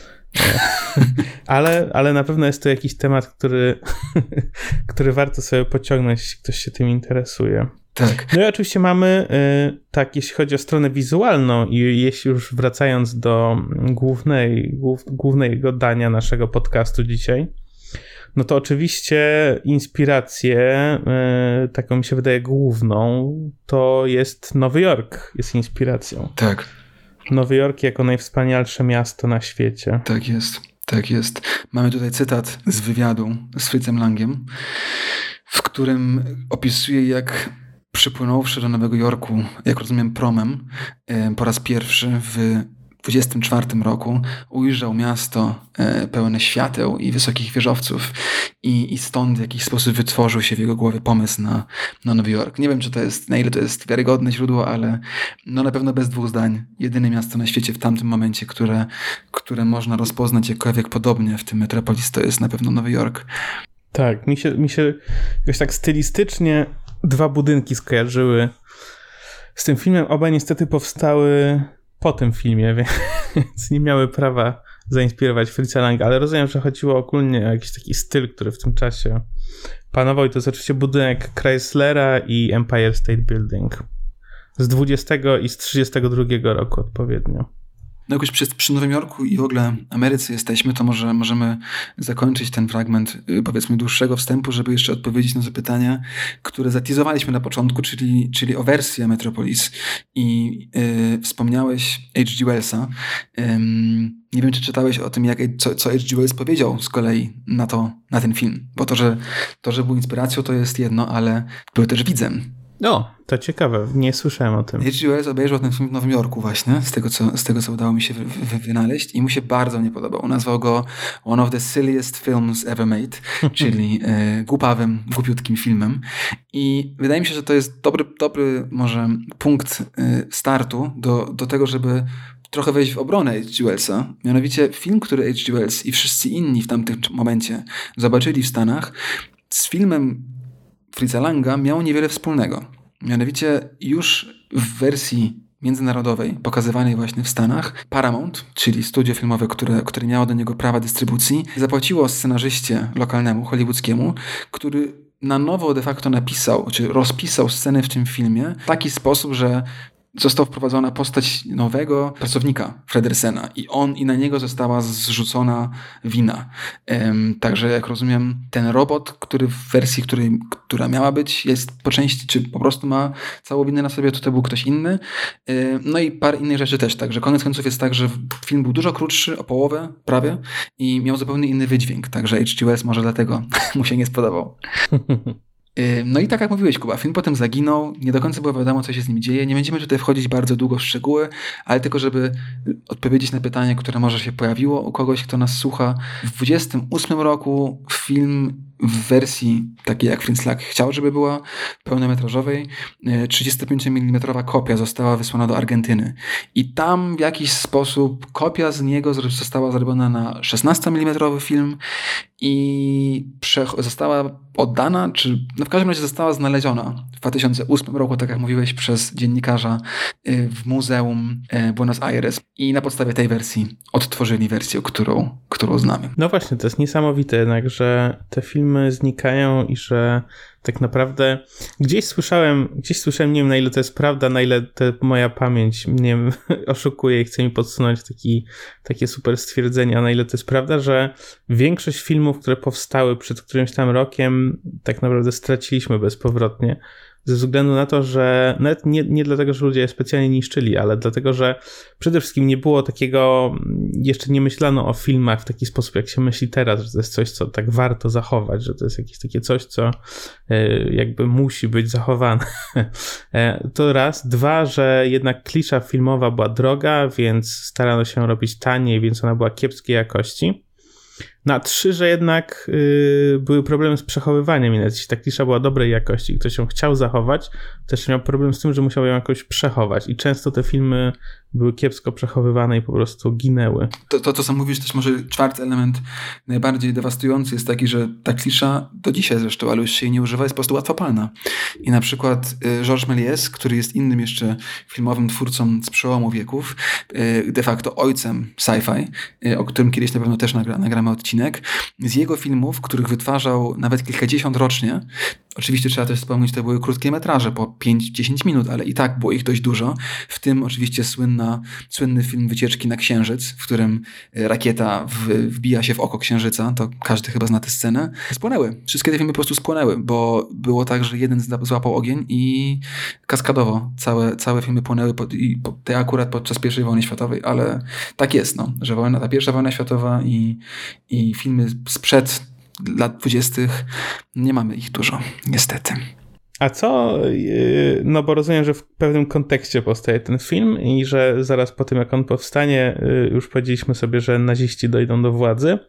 ale, ale na pewno jest to jakiś temat, który, który warto sobie pociągnąć, jeśli ktoś się tym interesuje.
Tak.
No i oczywiście mamy, tak, jeśli chodzi o stronę wizualną i jeśli już wracając do głównej, głów, głównego dania naszego podcastu dzisiaj, no to oczywiście inspirację, yy, taką mi się wydaje główną, to jest Nowy Jork, jest inspiracją.
Tak.
Nowy Jork jako najwspanialsze miasto na świecie.
Tak jest, tak jest. Mamy tutaj cytat z wywiadu z Fritzem Langiem, w którym opisuje, jak przypłynąwszy do Nowego Jorku, jak rozumiem promem, yy, po raz pierwszy w dwudziestym czwartym roku ujrzał miasto e, pełne świateł i wysokich wieżowców i, i stąd w jakiś sposób wytworzył się w jego głowie pomysł na, na Nowy Jork. Nie wiem, czy to jest, na ile to jest wiarygodne źródło, ale no na pewno bez dwóch zdań. Jedyne miasto na świecie w tamtym momencie, które, które można rozpoznać jakkolwiek podobnie w tym Metropolis, to jest na pewno Nowy Jork.
Tak, mi się, mi się jakoś tak stylistycznie dwa budynki skojarzyły z tym filmem. Oba niestety powstały po tym filmie, więc nie miały prawa zainspirować Fritza Langa, ale rozumiem, że chodziło ogólnie o jakiś taki styl, który w tym czasie panował i to jest oczywiście budynek Chryslera i Empire State Building z dwudziestego i z trzydziestego drugiego roku odpowiednio.
No jakoś przy, przy Nowym Jorku i w ogóle Ameryce jesteśmy, to może możemy zakończyć ten fragment, powiedzmy, dłuższego wstępu, żeby jeszcze odpowiedzieć na to pytanie, które zatizowaliśmy na początku, czyli, czyli o wersję Metropolis. I yy, wspomniałeś H G Wellsa. Yy, nie wiem, czy czytałeś o tym, jak, co, co H G Wells powiedział z kolei na, to, na ten film. Bo to że, to, że był inspiracją, to jest jedno, ale był też widzem.
No, to ciekawe, nie słyszałem o tym.
H G Wells obejrzał ten film w Nowym Jorku właśnie, z tego co, z tego, co udało mi się wy, wy, wynaleźć i mu się bardzo nie podobał. Nazwał go one of the silliest films ever made, czyli e, głupawym, głupiutkim filmem. I wydaje mi się, że to jest dobry, dobry może punkt e, startu do, do tego, żeby trochę wejść w obronę H G Wellsa. Mianowicie film, który H G Wells i wszyscy inni w tamtym momencie zobaczyli w Stanach, z filmem Fritza Langa miał niewiele wspólnego. Mianowicie już w wersji międzynarodowej, pokazywanej właśnie w Stanach, Paramount, czyli studio filmowe, które, które miało do niego prawa dystrybucji, zapłaciło scenarzyście lokalnemu, hollywoodzkiemu, który na nowo de facto napisał, czy rozpisał sceny w tym filmie w taki sposób, że została wprowadzona postać nowego pracownika Fredersena i on i na niego została zrzucona wina. Um, także jak rozumiem, ten robot, który w wersji, której, która miała być, jest po części, czy po prostu ma całą winę na sobie, to to był ktoś inny. Um, no i parę innych rzeczy też. Także koniec końców jest tak, że film był dużo krótszy, o połowę prawie i miał zupełnie inny wydźwięk. Także H G Wells może dlatego mu się nie spodobał. No i tak jak mówiłeś, Kuba, film potem zaginął, nie do końca było wiadomo, co się z nim dzieje. Nie będziemy tutaj wchodzić bardzo długo w szczegóły, ale tylko żeby odpowiedzieć na pytanie, które może się pojawiło u kogoś, kto nas słucha. W dwudziestym ósmym roku film w wersji takiej jak Fritz Lang chciał, żeby była pełnometrażowej, trzydziestopięciomilimetrowa kopia została wysłana do Argentyny. I tam w jakiś sposób kopia z niego została zrobiona na szesnastomilimetrowy film i została oddana, czy no w każdym razie została znaleziona w dwa tysiące ósmym roku, tak jak mówiłeś, przez dziennikarza w Muzeum Buenos Aires i na podstawie tej wersji odtworzyli wersję, którą, którą znamy.
No właśnie, to jest niesamowite jednak, że te filmy znikają i że tak naprawdę gdzieś słyszałem, gdzieś słyszałem, nie wiem na ile to jest prawda, na ile to moja pamięć mnie oszukuje i chce mi podsunąć taki, takie super stwierdzenie, a na ile to jest prawda, że większość filmów, które powstały przed którymś tam rokiem, tak naprawdę straciliśmy bezpowrotnie. Ze względu na to, że nawet nie, nie dlatego, że ludzie je specjalnie niszczyli, ale dlatego, że przede wszystkim nie było takiego, jeszcze nie myślano o filmach w taki sposób, jak się myśli teraz, że to jest coś, co tak warto zachować, że to jest jakieś takie coś, co jakby musi być zachowane. To raz. Dwa, że jednak klisza filmowa była droga, więc starano się robić taniej, więc ona była kiepskiej jakości. Na trzy, że jednak yy, były problemy z przechowywaniem, więc jeśli ta klisza była dobrej jakości i ktoś ją chciał zachować, też miał problem z tym, że musiał ją jakoś przechować i często te filmy były kiepsko przechowywane i po prostu ginęły.
To, to, to co mówisz, też może czwarty element najbardziej dewastujący jest taki, że ta klisza do dzisiaj zresztą, ale już się jej nie używa, jest po prostu łatwopalna. I na przykład y, Georges Méliès, który jest innym jeszcze filmowym twórcą z przełomu wieków, y, de facto ojcem sci-fi, y, o którym kiedyś na pewno też nagra, nagramy odcinek, z jego filmów, których wytwarzał nawet kilkadziesiąt rocznie. Oczywiście trzeba też wspomnieć, to były krótkie metraże po pięć dziesięć minut, ale i tak było ich dość dużo. W tym oczywiście słynna, słynny film Wycieczki na Księżyc, w którym rakieta w, wbija się w oko Księżyca. To każdy chyba zna tę scenę. Spłonęły. Wszystkie te filmy po prostu spłonęły, bo było tak, że jeden złapał ogień i kaskadowo całe, całe filmy płonęły, pod, i po, te akurat podczas pierwszej wojny światowej, ale tak jest, no, że wojna, ta pierwsza wojna światowa i, i filmy sprzed lat dwudziestych nie mamy ich dużo, niestety.
A co, no bo rozumiem, że w pewnym kontekście powstaje ten film i że zaraz po tym, jak on powstanie, już powiedzieliśmy sobie, że naziści dojdą do władzy.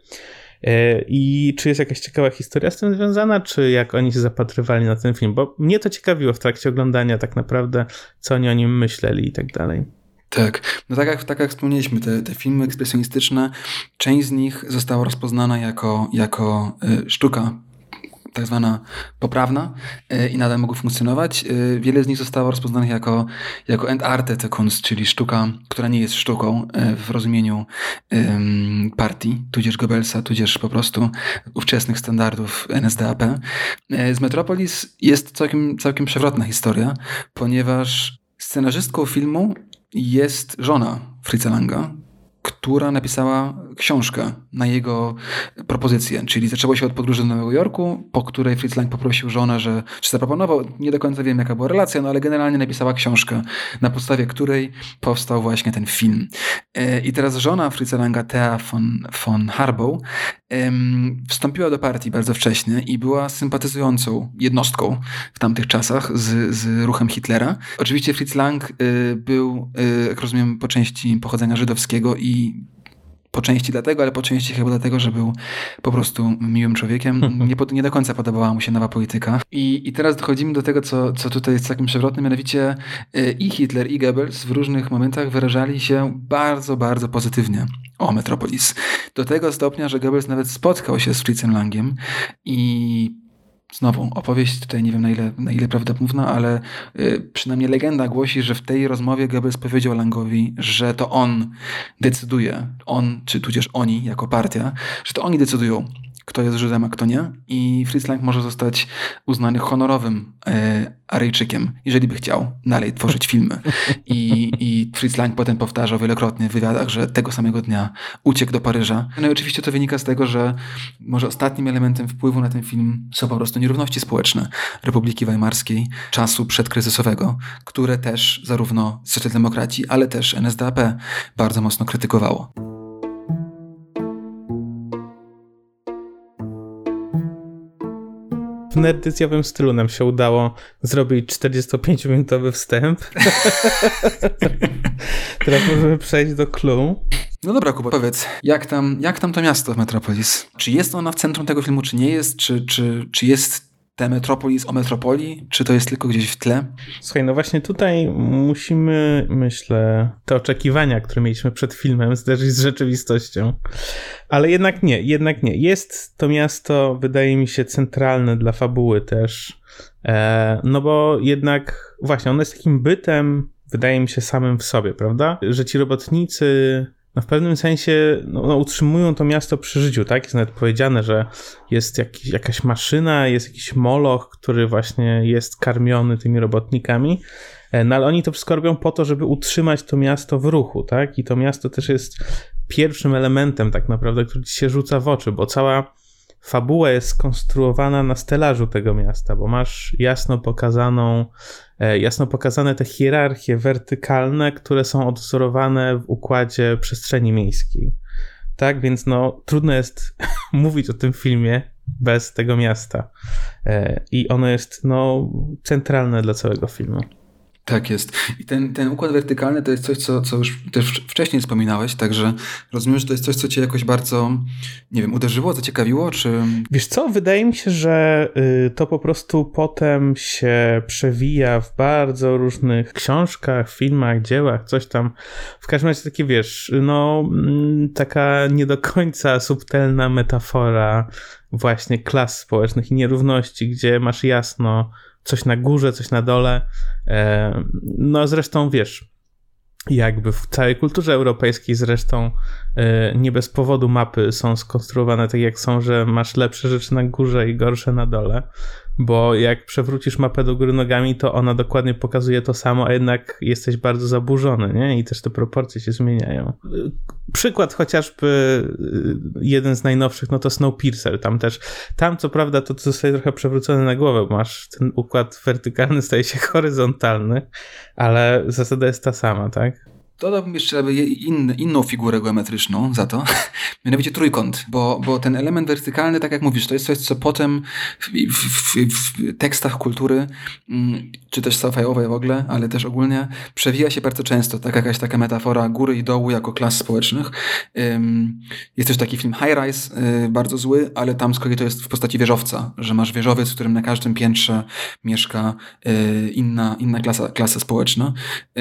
I czy jest jakaś ciekawa historia z tym związana, czy jak oni się zapatrywali na ten film? Bo mnie to ciekawiło w trakcie oglądania tak naprawdę, co oni o nim myśleli i tak dalej.
Tak, no tak jak, tak jak wspomnieliśmy, te, te filmy ekspresjonistyczne, część z nich została rozpoznana jako, jako y, sztuka tak zwana poprawna y, i nadal mogły funkcjonować. Y, wiele z nich zostało rozpoznanych jako, jako Entartete Kunst, czyli sztuka, która nie jest sztuką y, w rozumieniu y, partii, tudzież Goebbelsa, tudzież po prostu ówczesnych standardów N S D A P. Y, z Metropolis jest całkiem, całkiem przewrotna historia, ponieważ scenarzystką filmu jest żona Fritza Langa, która napisała książkę na jego propozycję, czyli zaczęło się od podróży do Nowego Jorku, po której Fritz Lang poprosił żonę, że czy zaproponował, nie do końca wiem jaka była relacja, no ale generalnie napisała książkę, na podstawie której powstał właśnie ten film. I teraz żona Fritza Langa, Thea von, von Harbow, wstąpiła do partii bardzo wcześnie i była sympatyzującą jednostką w tamtych czasach z, z ruchem Hitlera. Oczywiście Fritz Lang był, jak rozumiem, po części pochodzenia żydowskiego i po części dlatego, ale po części chyba dlatego, że był po prostu miłym człowiekiem. Nie, nie do końca podobała mu się nowa polityka. I, i teraz dochodzimy do tego, co, co tutaj jest takim przewrotnym, mianowicie i Hitler, i Goebbels w różnych momentach wyrażali się bardzo, bardzo pozytywnie o Metropolis. Do tego stopnia, że Goebbels nawet spotkał się z Fritzem Langiem i znowu, opowieść tutaj nie wiem na ile, na ile prawdomówna, ale y, przynajmniej legenda głosi, że w tej rozmowie Goebbels powiedział Langowi, że to on decyduje, on, czy tudzież oni jako partia, że to oni decydują, kto jest Żydem, a kto nie. I Fritz Lang może zostać uznany honorowym e, Aryjczykiem, jeżeli by chciał dalej tworzyć filmy. I, I Fritz Lang potem powtarzał wielokrotnie w wywiadach, że tego samego dnia uciekł do Paryża. No i oczywiście to wynika z tego, że może ostatnim elementem wpływu na ten film są po prostu nierówności społeczne Republiki Weimarskiej, czasu przedkryzysowego, które też zarówno socjaldemokraci, ale też N S D A P bardzo mocno krytykowało.
nerdycjowym stylu nam się udało zrobić czterdziestopięciominutowy wstęp. Teraz możemy przejść do clue.
No dobra, Kuba, powiedz, jak tam, jak tam to miasto w Metropolis? Czy jest ona w centrum tego filmu, czy nie jest? Czy, czy, czy jest te Metropolis o metropolii? Czy to jest tylko gdzieś w tle?
Słuchaj, no właśnie tutaj musimy, myślę, te oczekiwania, które mieliśmy przed filmem, zderzyć z rzeczywistością. Ale jednak nie, jednak nie. Jest to miasto, wydaje mi się, centralne dla fabuły też. E, no bo jednak właśnie ono jest takim bytem, wydaje mi się, samym w sobie, prawda? Że ci robotnicy no w pewnym sensie no, no, utrzymują to miasto przy życiu, tak? Jest nawet powiedziane, że jest jakiś, jakaś maszyna, jest jakiś moloch, który właśnie jest karmiony tymi robotnikami, no ale oni to wszystko robią po to, żeby utrzymać to miasto w ruchu, tak? I to miasto też jest pierwszym elementem tak naprawdę, który ci się rzuca w oczy, bo cała fabuła jest skonstruowana na stelażu tego miasta, bo masz jasno pokazaną, jasno pokazane te hierarchie wertykalne, które są odwzorowane w układzie przestrzeni miejskiej. Tak, więc no trudno jest mówić o tym filmie bez tego miasta. I ono jest no centralne dla całego filmu.
Tak jest. I ten, ten układ wertykalny to jest coś, co, co już też wcześniej wspominałeś, także rozumiem, że to jest coś, co cię jakoś bardzo, nie wiem, uderzyło, zaciekawiło, czy...
Wiesz co, wydaje mi się, że to po prostu potem się przewija w bardzo różnych książkach, filmach, dziełach, coś tam. W każdym razie takie, wiesz, no taka nie do końca subtelna metafora właśnie klas społecznych i nierówności, gdzie masz jasno coś na górze, coś na dole. No zresztą wiesz, jakby w całej kulturze europejskiej zresztą nie bez powodu mapy są skonstruowane tak jak są, że masz lepsze rzeczy na górze i gorsze na dole, bo jak przewrócisz mapę do góry nogami, to ona dokładnie pokazuje to samo, a jednak jesteś bardzo zaburzony, nie? I też te proporcje się zmieniają. Przykład chociażby jeden z najnowszych, no to Snowpiercer. Tam też, tam co prawda to zostaje trochę przewrócone na głowę, bo masz ten układ wertykalny, staje się horyzontalny, ale zasada jest ta sama, tak?
Dodałbym jeszcze in, inną figurę geometryczną za to, mianowicie trójkąt, bo, bo ten element wertykalny, tak jak mówisz, to jest coś, co potem w, w, w, w tekstach kultury, czy też sci-fiowej w ogóle, ale też ogólnie, przewija się bardzo często, tak jakaś taka metafora góry i dołu jako klas społecznych. Jest też taki film High Rise, bardzo zły, ale tam z kolei to jest w postaci wieżowca, że masz wieżowiec, w którym na każdym piętrze mieszka inna, inna klasa, klasa społeczna.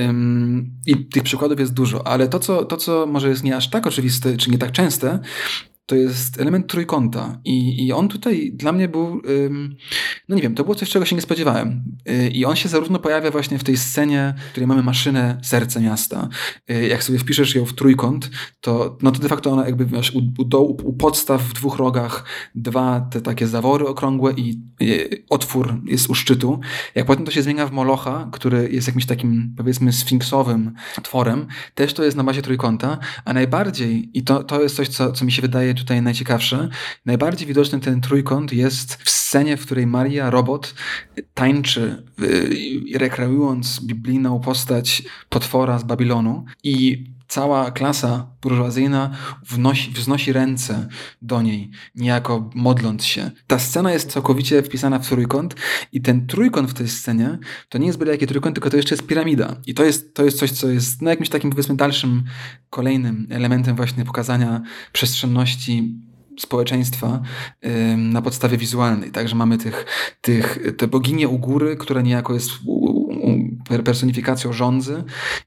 I tych przykładów jest dużo, ale to co, to, co może jest nie aż tak oczywiste, czy nie tak częste, to jest element trójkąta. I, i on tutaj dla mnie był, ym, no nie wiem, to było coś, czego się nie spodziewałem. Yy, I on się zarówno pojawia właśnie w tej scenie, w której mamy maszynę Serce Miasta. Yy, jak sobie wpiszesz ją w trójkąt, to, no to de facto ona jakby masz u, u, do, u podstaw w dwóch rogach dwa te takie zawory okrągłe i yy, otwór jest u szczytu. Jak potem to się zmienia w Molocha, który jest jakimś takim, powiedzmy, sfinksowym tworem, też to jest na bazie trójkąta, a najbardziej, i to, to jest coś, co, co mi się wydaje tutaj najciekawsze. Najbardziej widoczny ten trójkąt jest w scenie, w której Maria, robot, tańczy, yy, rekreując biblijną postać potwora z Babilonu i cała klasa burżuazyjna wnosi, wznosi ręce do niej, niejako modląc się. Ta scena jest całkowicie wpisana w trójkąt i ten trójkąt w tej scenie to nie jest byle jaki trójkąt, tylko to jeszcze jest piramida. I to jest, to jest coś, co jest no, jakimś takim, powiedzmy, dalszym, kolejnym elementem właśnie pokazania przestrzenności społeczeństwa ym, na podstawie wizualnej. Także mamy tych, tych, te boginie u góry, która niejako jest u, u, personifikacją rządzy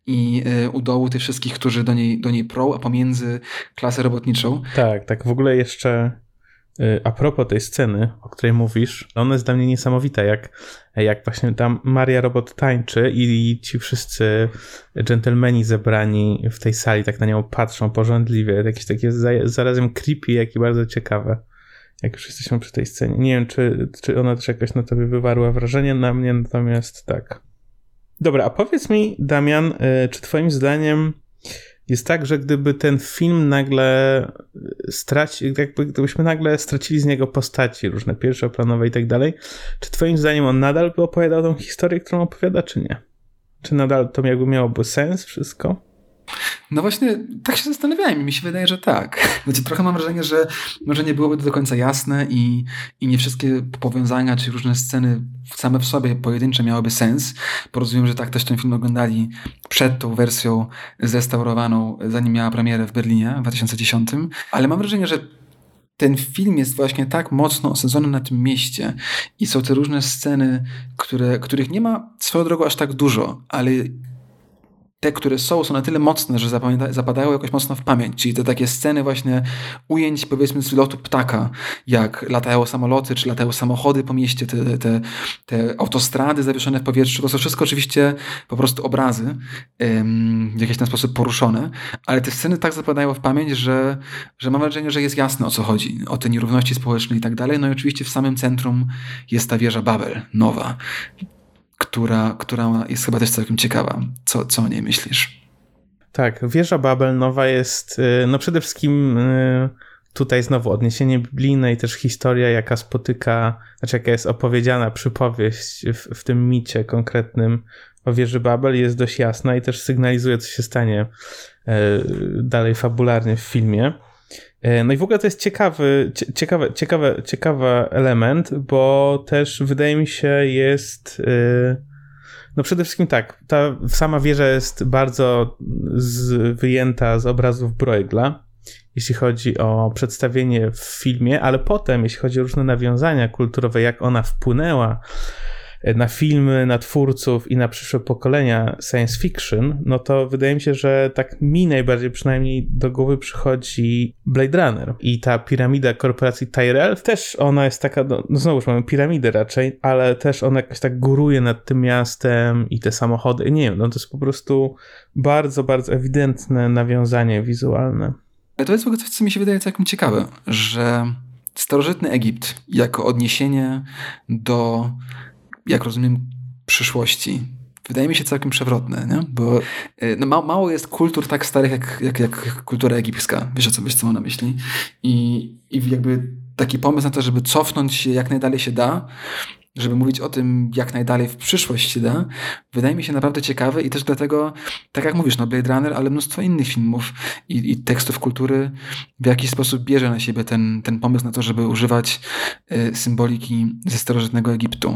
i y, u dołu tych wszystkich, którzy do niej, do niej prą, a pomiędzy klasę robotniczą.
Tak, tak. W ogóle jeszcze y, a propos tej sceny, o której mówisz, ona jest dla mnie niesamowita, jak, jak właśnie tam Maria robot tańczy i, i ci wszyscy dżentelmeni zebrani w tej sali tak na nią patrzą pożądliwie. Jakieś takie za, zarazem creepy, jak i bardzo ciekawe. Jak już jesteśmy przy tej scenie. Nie wiem, czy, czy ona też jakoś na tobie wywarła wrażenie, na mnie natomiast tak. Dobra, a powiedz mi, Damian, czy twoim zdaniem jest tak, że gdyby ten film nagle stracił, jakby gdybyśmy nagle stracili z niego postaci różne, pierwszoplanowe i tak dalej, czy twoim zdaniem on nadal by opowiadał tą historię, którą opowiada, czy nie? Czy nadal to jakby miałoby sens wszystko?
No właśnie, tak się zastanawiałem i mi się wydaje, że tak. Znaczy, trochę mam wrażenie, że może nie byłoby to do końca jasne i, i nie wszystkie powiązania czy różne sceny same w sobie pojedyncze miałyby sens. Porozumiem, że tak też ten film oglądali przed tą wersją zrestaurowaną, zanim miała premierę w Berlinie w dwa tysiące dziesiątym. Ale mam wrażenie, że ten film jest właśnie tak mocno osadzony na tym mieście i są te różne sceny, które, których nie ma swoją drogą aż tak dużo, ale te, które są, są na tyle mocne, że zapamięta- zapadają jakoś mocno w pamięć. Czyli te takie sceny właśnie ujęć, powiedzmy, z lotu ptaka, jak latają samoloty, czy latają samochody po mieście, te, te, te autostrady zawieszone w powietrzu. To są wszystko oczywiście po prostu obrazy, ym, w jakiś ten sposób poruszone, ale te sceny tak zapadają w pamięć, że, że mam wrażenie, że jest jasne, o co chodzi. O te nierówności społeczne i tak dalej. No i oczywiście w samym centrum jest ta wieża Babel, nowa, Która, która jest chyba też całkiem ciekawa. Co, co o niej myślisz?
Tak, wieża Babel nowa jest, no przede wszystkim tutaj znowu odniesienie biblijne i też historia, jaka spotyka, znaczy jaka jest opowiedziana przypowieść w, w tym micie konkretnym o wieży Babel jest dość jasna i też sygnalizuje, co się stanie dalej fabularnie w filmie. No i w ogóle to jest ciekawy, ciekawy, ciekawy, ciekawy element, bo też wydaje mi się jest, no przede wszystkim tak, ta sama wieża jest bardzo z, wyjęta z obrazów Bruegla, jeśli chodzi o przedstawienie w filmie, ale potem, jeśli chodzi o różne nawiązania kulturowe, jak ona wpłynęła na filmy, na twórców i na przyszłe pokolenia science fiction, no to wydaje mi się, że tak mi najbardziej przynajmniej do głowy przychodzi Blade Runner. I ta piramida korporacji Tyrell, też ona jest taka, no, no znowu już mamy piramidę raczej, ale też ona jakoś tak góruje nad tym miastem i te samochody, nie wiem, no to jest po prostu bardzo, bardzo ewidentne nawiązanie wizualne.
Ale to jest w ogóle coś, co mi się wydaje całkiem ciekawe, że starożytny Egipt jako odniesienie do, jak rozumiem, przyszłości, wydaje mi się całkiem przewrotne, nie? Bo no, ma, mało jest kultur tak starych jak, jak, jak kultura egipska. Wiesz, o co, wiesz, co mam na myśli? I, I jakby taki pomysł na to, żeby cofnąć się jak najdalej się da, żeby mówić o tym jak najdalej w przyszłość się da, wydaje mi się naprawdę ciekawe i też dlatego, tak jak mówisz, no Blade Runner, ale mnóstwo innych filmów i, i tekstów kultury w jakiś sposób bierze na siebie ten, ten pomysł na to, żeby używać y, symboliki ze starożytnego Egiptu.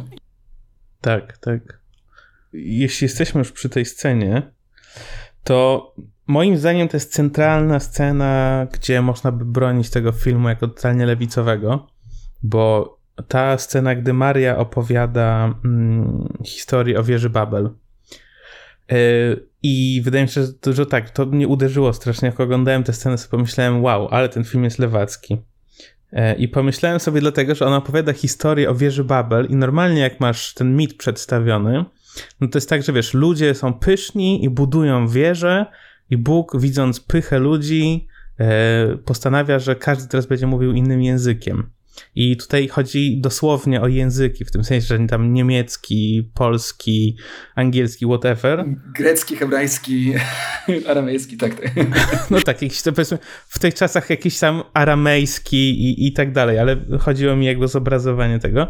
Tak, tak. Jeśli jesteśmy już przy tej scenie, to moim zdaniem to jest centralna scena, gdzie można by bronić tego filmu jako totalnie lewicowego, bo ta scena, gdy Maria opowiada mm, historię o wieży Babel. Yy, I wydaje mi się, że, że tak, to mnie uderzyło strasznie. Jak oglądałem tę scenę, sobie pomyślałem, wow, ale ten film jest lewacki. Yy, I pomyślałem sobie dlatego, że ona opowiada historię o wieży Babel i normalnie jak masz ten mit przedstawiony, no to jest tak, że wiesz, ludzie są pyszni i budują wieżę i Bóg, widząc pychę ludzi, yy, postanawia, że każdy teraz będzie mówił innym językiem. I tutaj chodzi dosłownie o języki, w tym sensie, że tam niemiecki, polski, angielski, whatever.
Grecki, hebrajski, aramejski, tak. tak.
No tak, jakiś, to powiedzmy, w tych czasach jakiś tam aramejski i, i tak dalej, ale chodziło mi jakby o zobrazowanie tego.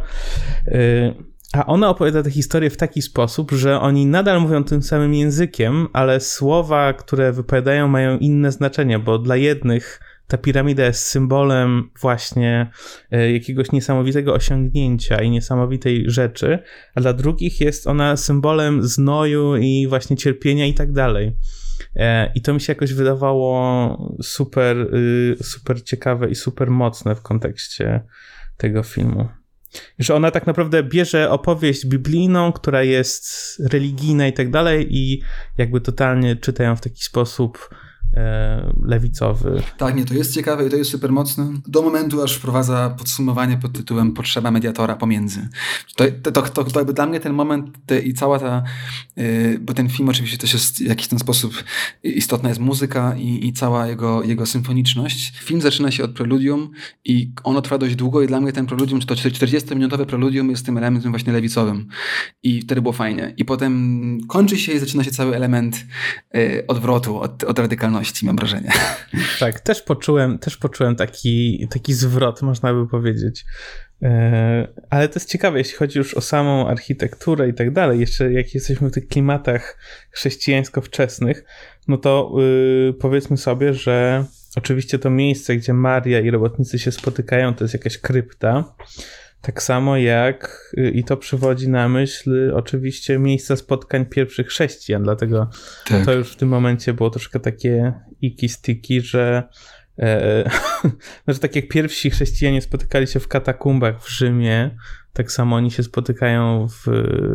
A ona opowiada tę historię w taki sposób, że oni nadal mówią tym samym językiem, ale słowa, które wypowiadają, mają inne znaczenie, bo dla jednych ta piramida jest symbolem właśnie jakiegoś niesamowitego osiągnięcia i niesamowitej rzeczy, a dla drugich jest ona symbolem znoju i właśnie cierpienia i tak dalej. I to mi się jakoś wydawało super, super ciekawe i super mocne w kontekście tego filmu. Że ona tak naprawdę bierze opowieść biblijną, która jest religijna i tak dalej i jakby totalnie czyta ją w taki sposób lewicowy.
Tak, nie, to jest ciekawe i to jest super mocne. Do momentu, aż wprowadza podsumowanie pod tytułem Potrzeba mediatora pomiędzy. To, to, to, to, to jakby dla mnie ten moment te, i cała ta, yy, bo ten film oczywiście też jest w jakiś ten sposób istotna jest muzyka i, i cała jego, jego symfoniczność. Film zaczyna się od preludium i ono trwa dość długo i dla mnie ten preludium, czy to czterdziestominutowe preludium jest tym elementem właśnie lewicowym i wtedy było fajnie. I potem kończy się i zaczyna się cały element yy, odwrotu od, od radykalności. realności, mam wrażenie.
Tak, też poczułem, też poczułem taki, taki zwrot, można by powiedzieć. Ale to jest ciekawe, jeśli chodzi już o samą architekturę i tak dalej, jeszcze jak jesteśmy w tych klimatach chrześcijańsko-wczesnych, no to yy, powiedzmy sobie, że oczywiście to miejsce, gdzie Maria i robotnicy się spotykają, to jest jakaś krypta, tak samo jak, yy, i to przywodzi na myśl oczywiście miejsca spotkań pierwszych chrześcijan, dlatego tak. To już w tym momencie było troszkę takie iki-stiki, że E, znaczy tak jak pierwsi chrześcijanie spotykali się w katakumbach w Rzymie, tak samo oni się spotykają w,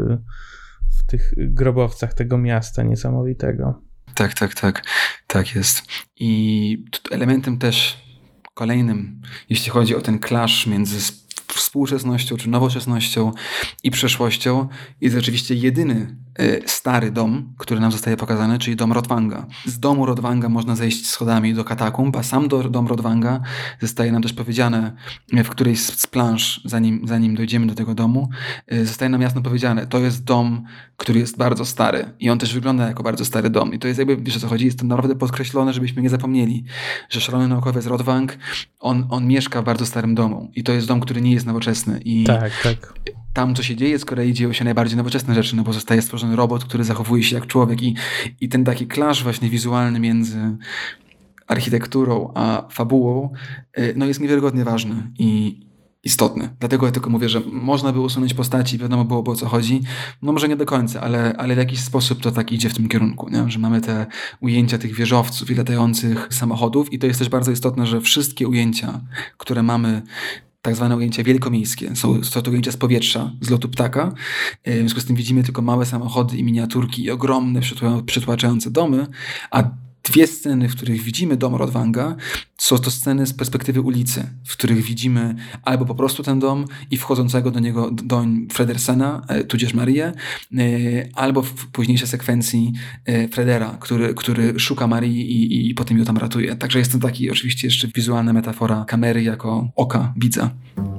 w tych grobowcach tego miasta niesamowitego.
Tak, tak, tak. Tak jest. I elementem też kolejnym, jeśli chodzi o ten clash między współczesnością czy nowoczesnością i przeszłością, jest oczywiście jedyny y, stary dom, który nam zostaje pokazany, czyli dom Rotwanga. Z domu Rotwanga można zejść schodami do katakumb, a sam do, dom Rotwanga zostaje nam też powiedziane w którejś z, z planż, zanim, zanim dojdziemy do tego domu, y, zostaje nam jasno powiedziane, to jest dom, który jest bardzo stary i on też wygląda jako bardzo stary dom. I to jest jakby, wiesz o co chodzi, jest to naprawdę podkreślone, żebyśmy nie zapomnieli, że szalony naukowiec Rotwang, on, on mieszka w bardzo starym domu i to jest dom, który nie jest nowoczesny. I
tak, tak.
Tam, co się dzieje, z kolei dzieją się najbardziej nowoczesne rzeczy, no bo zostaje stworzony robot, który zachowuje się jak człowiek i, i ten taki clash właśnie wizualny między architekturą a fabułą, no jest niewiarygodnie ważny i istotny. Dlatego ja tylko mówię, że można by usunąć postaci, wiadomo byłoby o co chodzi. No może nie do końca, ale, ale w jakiś sposób to tak idzie w tym kierunku, nie? Że mamy te ujęcia tych wieżowców i latających samochodów i to jest też bardzo istotne, że wszystkie ujęcia, które mamy, tak zwane ujęcia wielkomiejskie, są, są to ujęcia z powietrza, z lotu ptaka. W związku z tym widzimy tylko małe samochody i miniaturki i ogromne, przytłaczające domy, a dwie sceny, w których widzimy dom Rotwanga, są to sceny z perspektywy ulicy, w których widzimy albo po prostu ten dom i wchodzącego do niego doń Fredersena, tudzież Marię, albo w późniejszej sekwencji Fredera, który, który szuka Marii i, i potem ją tam ratuje. Także jest to taki oczywiście jeszcze wizualna metafora kamery jako oka widza.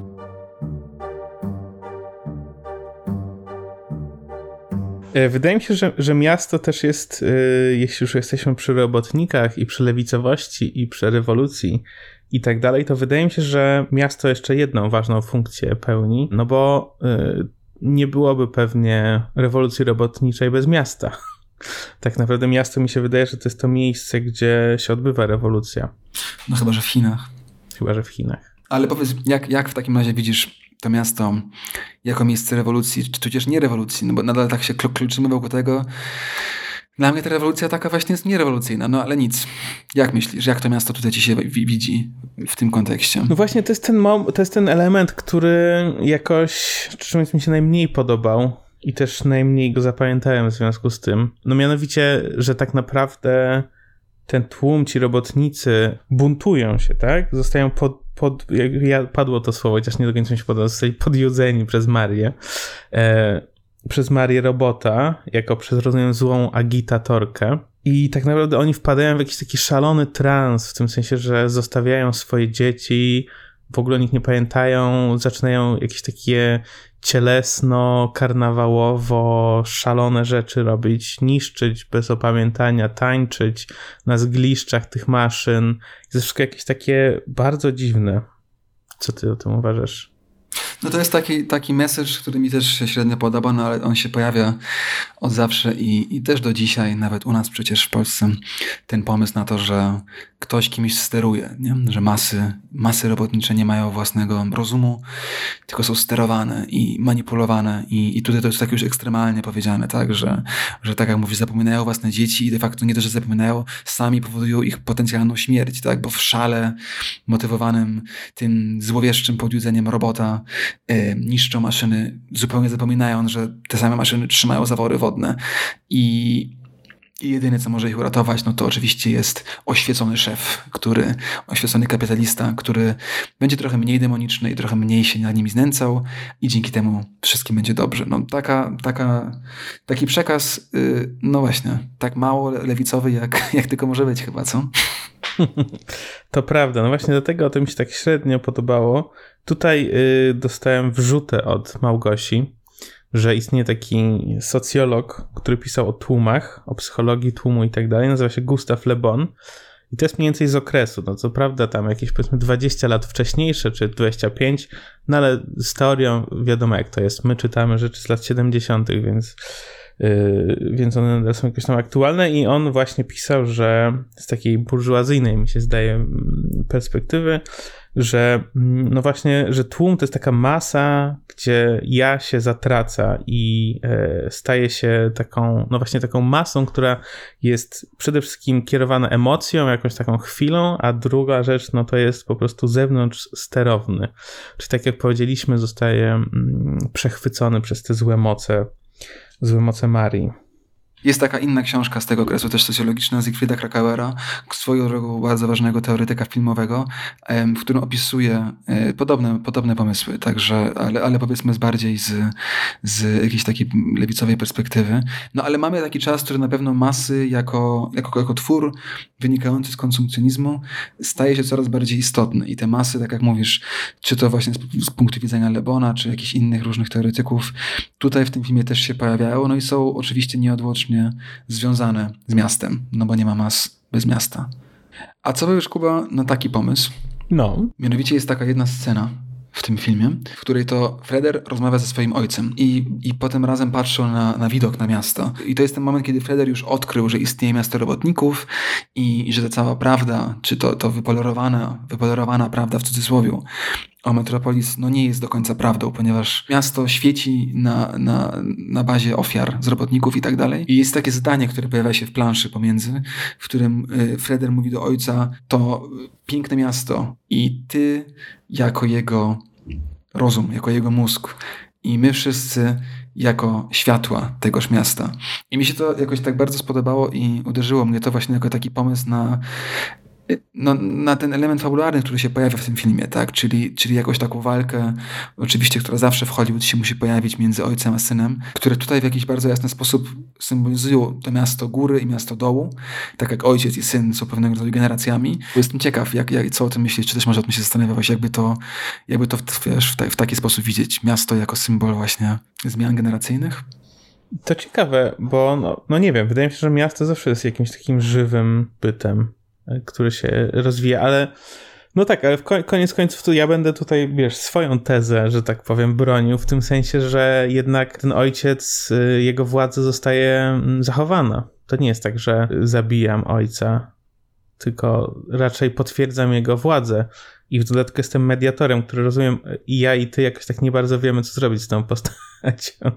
Wydaje mi się, że, że miasto też jest, yy, jeśli już jesteśmy przy robotnikach i przy lewicowości i przy rewolucji i tak dalej, to wydaje mi się, że miasto jeszcze jedną ważną funkcję pełni, no bo yy, nie byłoby pewnie rewolucji robotniczej bez miasta. Tak naprawdę miasto mi się wydaje, że to jest to miejsce, gdzie się odbywa rewolucja.
No chyba, że w Chinach.
Chyba, że w Chinach.
Ale powiedz, jak, jak w takim razie widzisz to miasto jako miejsce rewolucji, czy tudzież nie rewolucji, no bo nadal tak się kluczymy wokół tego. Dla mnie ta rewolucja taka właśnie jest nierewolucyjna, no ale nic. Jak myślisz, jak to miasto tutaj ci się widzi w tym kontekście?
No właśnie, to jest ten, to jest ten element, który jakoś czymś mi się najmniej podobał i też najmniej go zapamiętałem w związku z tym. No mianowicie, że tak naprawdę ten tłum, ci robotnicy buntują się, tak? Zostają pod, pod jak padło to słowo, chociaż nie do końca mi się podoba, zostali podjudzeni przez Marię. E, przez Marię robota, jako przez, rozumiem, złą agitatorkę. I tak naprawdę oni wpadają w jakiś taki szalony trans, w tym sensie, że zostawiają swoje dzieci, w ogóle o nich nie pamiętają, zaczynają jakieś takie cielesno, karnawałowo, szalone rzeczy robić, niszczyć bez opamiętania, tańczyć na zgliszczach tych maszyn. Jest to wszystko jakieś takie bardzo dziwne. Co ty o tym uważasz?
No to jest taki, taki message, który mi też się średnio podoba, no ale on się pojawia od zawsze i, i też do dzisiaj, nawet u nas przecież w Polsce, ten pomysł na to, że ktoś kimś steruje, nie? Że masy, masy robotnicze nie mają własnego rozumu, tylko są sterowane i manipulowane i, i tutaj to jest tak już ekstremalnie powiedziane, tak, że, że tak jak mówisz, zapominają własne dzieci i de facto nie to, że zapominają, sami powodują ich potencjalną śmierć, tak, bo w szale motywowanym tym złowieszczym podjudzeniem robota yy, niszczą maszyny, zupełnie zapominając, że te same maszyny trzymają zawory wodne i I jedyne, co może ich uratować, no to oczywiście jest oświecony szef, który, oświecony kapitalista, który będzie trochę mniej demoniczny i trochę mniej się nad nimi znęcał i dzięki temu wszystkim będzie dobrze. No taka, taka, taki przekaz, yy, no właśnie, tak mało lewicowy, jak, jak tylko może być chyba, co?
To prawda, no właśnie dlatego to mi się tak średnio podobało. Tutaj yy, dostałem wrzutę od Małgosi, że istnieje taki socjolog, który pisał o tłumach, o psychologii tłumu i tak dalej, nazywa się Gustave Le Bon. I to jest mniej więcej z okresu, no co prawda tam jakieś powiedzmy dwadzieścia lat wcześniejsze, czy dwadzieścia pięć, no ale z teorią wiadomo jak to jest. My czytamy rzeczy z lat siedemdziesiątych, więc, yy, więc one są jakoś tam aktualne i on właśnie pisał, że z takiej burżuazyjnej, mi się zdaje, perspektywy, że no właśnie, że tłum to jest taka masa, gdzie ja się zatraca i e, staje się taką, no właśnie taką masą, która jest przede wszystkim kierowana emocją, jakąś taką chwilą, a druga rzecz, no to jest po prostu zewnątrz sterowny. Czyli tak jak powiedzieliśmy, zostaje mm, przechwycony przez te złe moce, złe moce Marii.
Jest taka inna książka z tego okresu, też socjologiczna, Siegfrieda Krakauera, swoją drogą bardzo ważnego teoretyka filmowego, w którym opisuje podobne, podobne pomysły, także, ale, ale powiedzmy z bardziej z, z jakiejś takiej lewicowej perspektywy. No ale mamy taki czas, który na pewno masy jako, jako, jako twór wynikający z konsumpcjonizmu staje się coraz bardziej istotny i te masy, tak jak mówisz, czy to właśnie z, z punktu widzenia Le Bona, czy jakichś innych różnych teoretyków, tutaj w tym filmie też się pojawiają, no i są oczywiście nieodłącznie związane z miastem, no bo nie ma mas bez miasta. A co powiesz, Kuba, na taki pomysł?
No.
Mianowicie jest taka jedna scena w tym filmie, w której to Freder rozmawia ze swoim ojcem i, i potem razem patrzą na, na widok na miasto. I to jest ten moment, kiedy Freder już odkrył, że istnieje miasto robotników i, i że ta cała prawda, czy to, to wypolerowana, wypolerowana prawda w cudzysłowie o Metropolis, no nie jest do końca prawdą, ponieważ miasto świeci na, na, na bazie ofiar z robotników i tak dalej. I jest takie zdanie, które pojawia się w planszy pomiędzy, w którym Freder mówi do ojca, to piękne miasto i ty jako jego rozum, jako jego mózg i my wszyscy jako światła tegoż miasta. I mi się to jakoś tak bardzo spodobało i uderzyło mnie to właśnie jako taki pomysł na No, na ten element fabularny, który się pojawia w tym filmie, tak? Czyli, czyli jakąś taką walkę, oczywiście, która zawsze w Hollywood się musi pojawić między ojcem a synem, które tutaj w jakiś bardzo jasny sposób symbolizują to miasto góry i miasto dołu, tak jak ojciec i syn są pewnego rodzaju generacjami. Jestem ciekaw, jak, jak, co o tym myślisz, czy też może o tym się zastanawiałeś, jakby to, jakby to wiesz, w, ta, w taki sposób widzieć miasto jako symbol właśnie zmian generacyjnych?
To ciekawe, bo no, no nie wiem, wydaje mi się, że miasto zawsze jest jakimś takim żywym bytem, który się rozwija, ale no tak, ale w koniec końców to ja będę tutaj, wiesz, swoją tezę, że tak powiem, bronił, w tym sensie, że jednak ten ojciec, jego władza zostaje zachowana. To nie jest tak, że zabijam ojca, tylko raczej potwierdzam jego władzę i w dodatku jestem mediatorem, który, rozumiem, i ja i ty jakoś tak nie bardzo wiemy, co zrobić z tą postacią.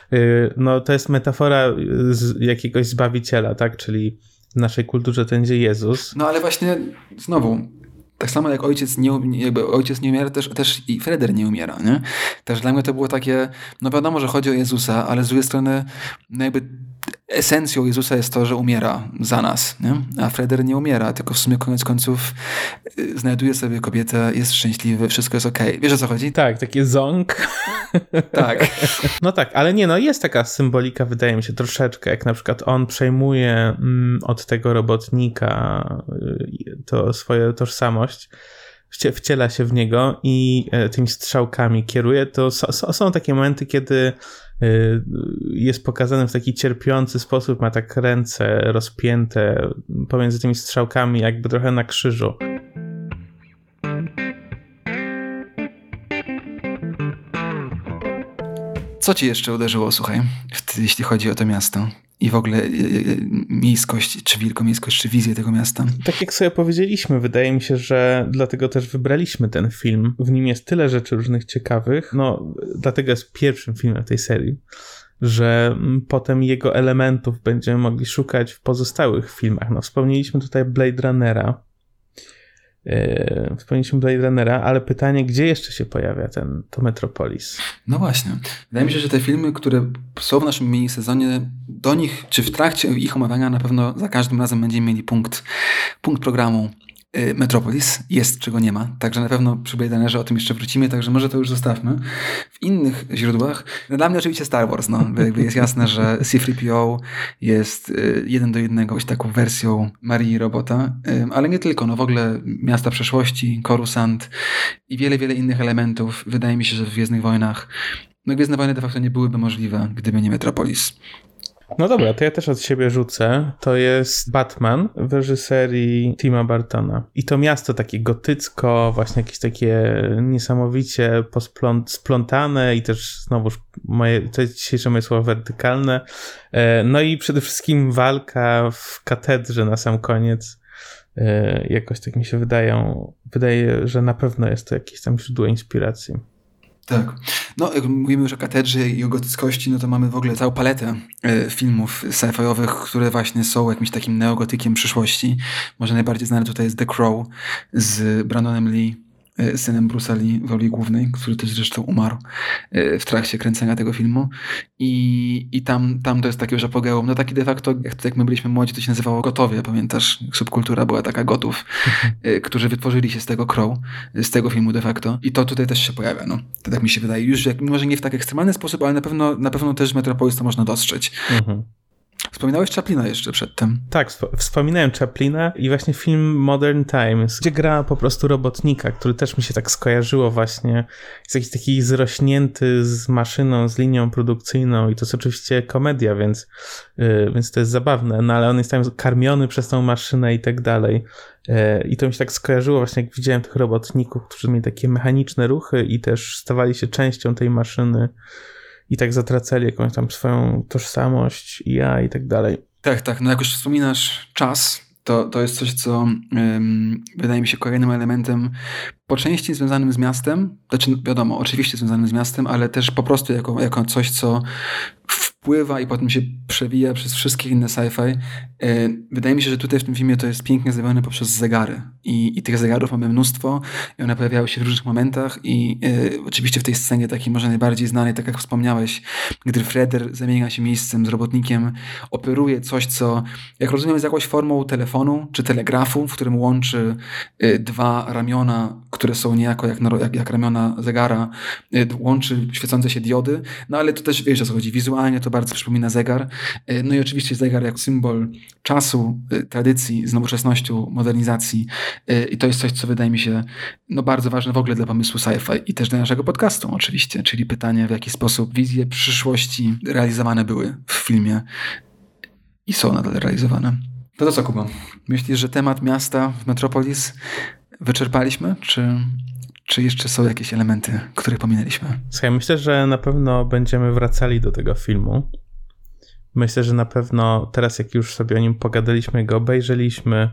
No to jest metafora z jakiegoś zbawiciela, tak, czyli w naszej kulturze to będzie Jezus.
No ale właśnie znowu, tak samo jak ojciec nie, jakby ojciec nie umiera, też, też i Freder nie umiera, nie? Też dla mnie to było takie, no wiadomo, że chodzi o Jezusa, ale z drugiej strony no jakby esencją Jezusa jest to, że umiera za nas, nie? A Freder nie umiera, tylko w sumie koniec końców znajduje sobie kobietę, jest szczęśliwy, wszystko jest okej. Okay. Wiesz, o co chodzi?
Tak, taki ząg.
Tak.
No tak, ale nie, no jest taka symbolika, wydaje mi się, troszeczkę, jak na przykład on przejmuje mm, od tego robotnika y, to swoją tożsamość, wciela się w niego i y, tymi strzałkami kieruje, to so, są takie momenty, kiedy y, jest pokazany w taki cierpiący sposób, ma tak ręce rozpięte pomiędzy tymi strzałkami, jakby trochę na krzyżu.
Co ci jeszcze uderzyło, słuchaj, jeśli chodzi o to miasto i w ogóle miejskość, czy wielkomiejskość, czy wizję tego miasta?
Tak jak sobie powiedzieliśmy, wydaje mi się, że dlatego też wybraliśmy ten film. W nim jest tyle rzeczy różnych ciekawych, no dlatego jest pierwszym filmem tej serii, że potem jego elementów będziemy mogli szukać w pozostałych filmach. No wspomnieliśmy tutaj Blade Runnera, Yy, wspomnieliśmy Blade Runnera, ale pytanie, gdzie jeszcze się pojawia ten, to Metropolis?
No właśnie. Wydaje mi się, że te filmy, które są w naszym mini-sezonie, do nich, czy w trakcie ich omawiania na pewno za każdym razem będziemy mieli punkt, punkt programu yy, Metropolis. Jest, czego nie ma. Także na pewno przy Blade Runnerze o tym jeszcze wrócimy, także może to już zostawmy. W innych źródłach, no dla mnie oczywiście Star Wars, no. Jakby jest jasne, że C trzy P O jest yy, jeden do jednego taką wersją Marii Robota, yy, ale nie tylko, no w ogóle Miasta Przeszłości, Coruscant i wiele, wiele innych elementów. Wydaje mi się, że w Gwiezdnych Wojnach no Gwiezdne Wojny de facto nie byłyby możliwe, gdyby nie Metropolis.
No dobra, to ja też od siebie rzucę. To jest Batman w reżyserii Tima Burtona. I to miasto takie gotycko, właśnie jakieś takie niesamowicie pospląt, splątane i też znowuż moje, to jest dzisiejsze moje słowo wertykalne. No i przede wszystkim walka w katedrze na sam koniec. Jakoś tak mi się wydają, wydaje, że na pewno jest to jakieś tam źródło inspiracji.
Tak. No, jak mówimy już o katedrze i o gotyckości, no to mamy w ogóle całą paletę y, filmów sci-fiowych, które właśnie są jakimś takim neogotykiem przyszłości. Może najbardziej znany tutaj jest The Crow z Brandonem Lee, y, synem Bruce'a Lee w roli głównej, który też zresztą umarł y, w trakcie kręcenia tego filmu. I, i tam, tam to jest takie już apogeum. No taki de facto, jak, jak my byliśmy młodzi, to się nazywało gotowie, pamiętasz? Subkultura była taka gotów, y, którzy wytworzyli się z tego Crow, z tego filmu de facto. I to tutaj też się pojawia, no. To tak mi się wydaje. Już jak, może nie w tak ekstremalny sposób, ale na pewno, na pewno też w Metropolis to można dostrzec. Mhm. Wspominałeś Chaplina jeszcze przedtem.
Tak, wspominałem Chaplina i właśnie film Modern Times, gdzie gra po prostu robotnika, który też mi się tak skojarzyło właśnie. Jest jakiś taki zrośnięty z maszyną, z linią produkcyjną i to jest oczywiście komedia, więc, yy, więc to jest zabawne, no ale on jest tam karmiony przez tą maszynę i tak dalej. Yy, I to mi się tak skojarzyło właśnie, jak widziałem tych robotników, którzy mieli takie mechaniczne ruchy i też stawali się częścią tej maszyny. I tak zatracali jakąś tam swoją tożsamość i ja i tak dalej.
Tak, tak. No jak już wspominasz czas, to, to jest coś, co um, wydaje mi się kolejnym elementem po części związanym z miastem. Znaczy, wiadomo, oczywiście związanym z miastem, ale też po prostu jako, jako coś, co wpływa i potem się przewija przez wszystkie inne sci-fi. Wydaje mi się, że tutaj w tym filmie to jest pięknie zrobione poprzez zegary. I, i tych zegarów mamy mnóstwo i one pojawiały się w różnych momentach i y, oczywiście w tej scenie takiej może najbardziej znanej, tak jak wspomniałeś, gdy Freder zamienia się miejscem z robotnikiem, operuje coś, co jak rozumiem jest jakąś formą telefonu czy telegrafu, w którym łączy y, dwa ramiona, które są niejako jak, jak, jak ramiona zegara, y, łączy świecące się diody, no ale to też wiesz o co chodzi, wizualnie to bardzo przypomina zegar. Y, no i oczywiście zegar jako symbol czasu, y, tradycji, z nowoczesnością, modernizacji. I to jest coś, co wydaje mi się no, bardzo ważne w ogóle dla pomysłu sci-fi i też dla naszego podcastu oczywiście, czyli pytanie, w jaki sposób wizje przyszłości realizowane były w filmie i są nadal realizowane. To to co, Kuba? Myślisz, że temat miasta w Metropolis wyczerpaliśmy, czy, czy jeszcze są jakieś elementy, które pominęliśmy?
Słuchaj, myślę, że na pewno będziemy wracali do tego filmu. Myślę, że na pewno teraz, jak już sobie o nim pogadaliśmy, go obejrzeliśmy,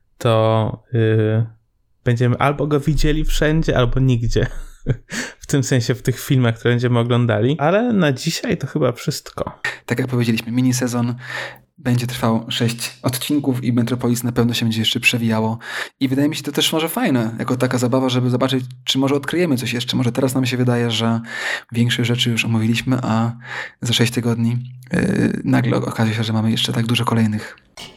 to yy, będziemy albo go widzieli wszędzie, albo nigdzie. W tym sensie w tych filmach, które będziemy oglądali. Ale na dzisiaj to chyba wszystko.
Tak jak powiedzieliśmy, mini sezon będzie trwał sześć odcinków i Metropolis na pewno się będzie jeszcze przewijało. I wydaje mi się to też może fajne, jako taka zabawa, żeby zobaczyć, czy może odkryjemy coś jeszcze. Może teraz nam się wydaje, że większość rzeczy już omówiliśmy, a za sześć tygodni yy, nagle okaże się, że mamy jeszcze tak dużo kolejnych.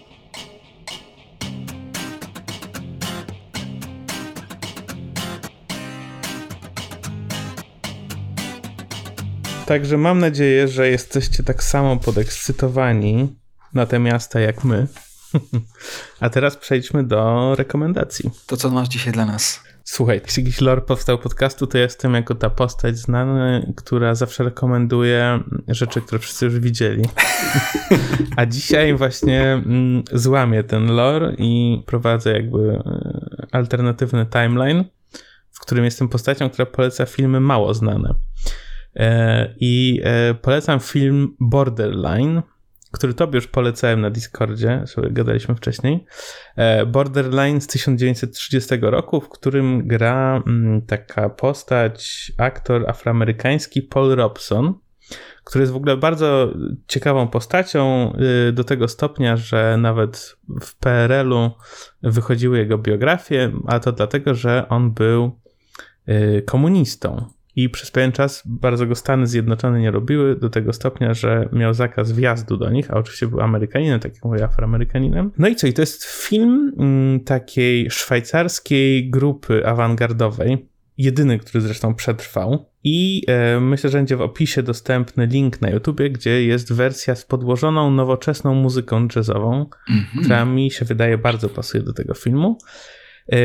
Także mam nadzieję, że jesteście tak samo podekscytowani na te miasta jak my. A teraz przejdźmy do rekomendacji.
To co masz dzisiaj dla nas?
Słuchaj, jeśli jakiś lore powstał podcastu, to jestem jako ta postać znana, która zawsze rekomenduje rzeczy, które wszyscy już widzieli. A dzisiaj właśnie mm, złamię ten lore i prowadzę jakby alternatywny timeline, w którym jestem postacią, która poleca filmy mało znane. I polecam film Borderline, który tobie już polecałem na Discordzie, sobie gadaliśmy wcześniej. Borderline z tysiąc dziewięćset trzydziestego roku, w którym gra taka postać, aktor afroamerykański Paul Robson, który jest w ogóle bardzo ciekawą postacią do tego stopnia, że nawet w P R L-u wychodziły jego biografie, a to dlatego, że on był komunistą. I przez pewien czas bardzo go Stany Zjednoczone nie robiły do tego stopnia, że miał zakaz wjazdu do nich, a oczywiście był Amerykaninem, tak jak mówię, afroamerykaninem. No i co? I to jest film m, takiej szwajcarskiej grupy awangardowej, jedyny, który zresztą przetrwał. I e, myślę, że będzie w opisie dostępny link na YouTubie, gdzie jest wersja z podłożoną, nowoczesną muzyką jazzową, mm-hmm. która mi się wydaje bardzo pasuje do tego filmu. E,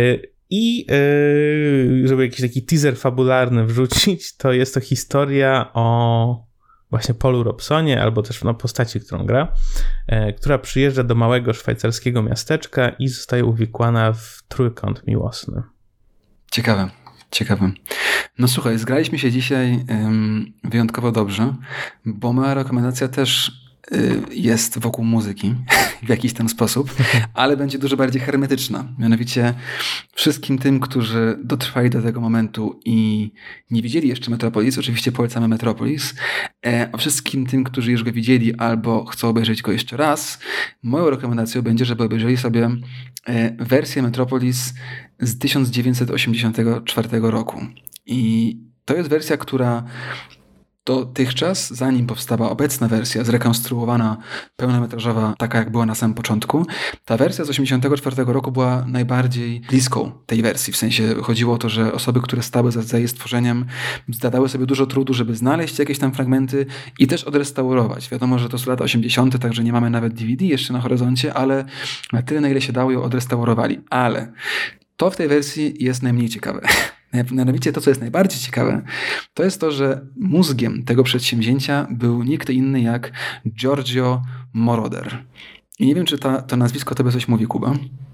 I yy, żeby jakiś taki teaser fabularny wrzucić, to jest to historia o właśnie Paulu Robsonie, albo też no, postaci, którą gra, yy, która przyjeżdża do małego szwajcarskiego miasteczka i zostaje uwikłana w trójkąt miłosny.
Ciekawe, ciekawe. No słuchaj, zgraliśmy się dzisiaj ym, wyjątkowo dobrze, bo moja rekomendacja też y, jest wokół muzyki w jakiś tam sposób, ale będzie dużo bardziej hermetyczna. Mianowicie wszystkim tym, którzy dotrwali do tego momentu i nie widzieli jeszcze Metropolis, oczywiście polecamy Metropolis, e, a wszystkim tym, którzy już go widzieli albo chcą obejrzeć go jeszcze raz, moją rekomendacją będzie, żeby obejrzeli sobie e, wersję Metropolis z tysiąc dziewięćset osiemdziesiątego czwartego roku. I to jest wersja, która dotychczas, zanim powstała obecna wersja, zrekonstruowana, pełnometrażowa, taka jak była na samym początku, ta wersja z osiemdziesiątego czwartego roku była najbardziej bliską tej wersji. W sensie chodziło o to, że osoby, które stały za, za jej stworzeniem, zadały sobie dużo trudu, żeby znaleźć jakieś tam fragmenty i też odrestaurować. Wiadomo, że to są lata osiemdziesiąte, także nie mamy nawet D V D jeszcze na horyzoncie, ale na tyle, na ile się dało, ją odrestaurowali. Ale to w tej wersji jest najmniej ciekawe. Mianowicie to, co jest najbardziej ciekawe, to jest to, że mózgiem tego przedsięwzięcia był nikt inny jak Giorgio Moroder. I nie wiem, czy ta, to nazwisko tobie coś mówi, Kuba?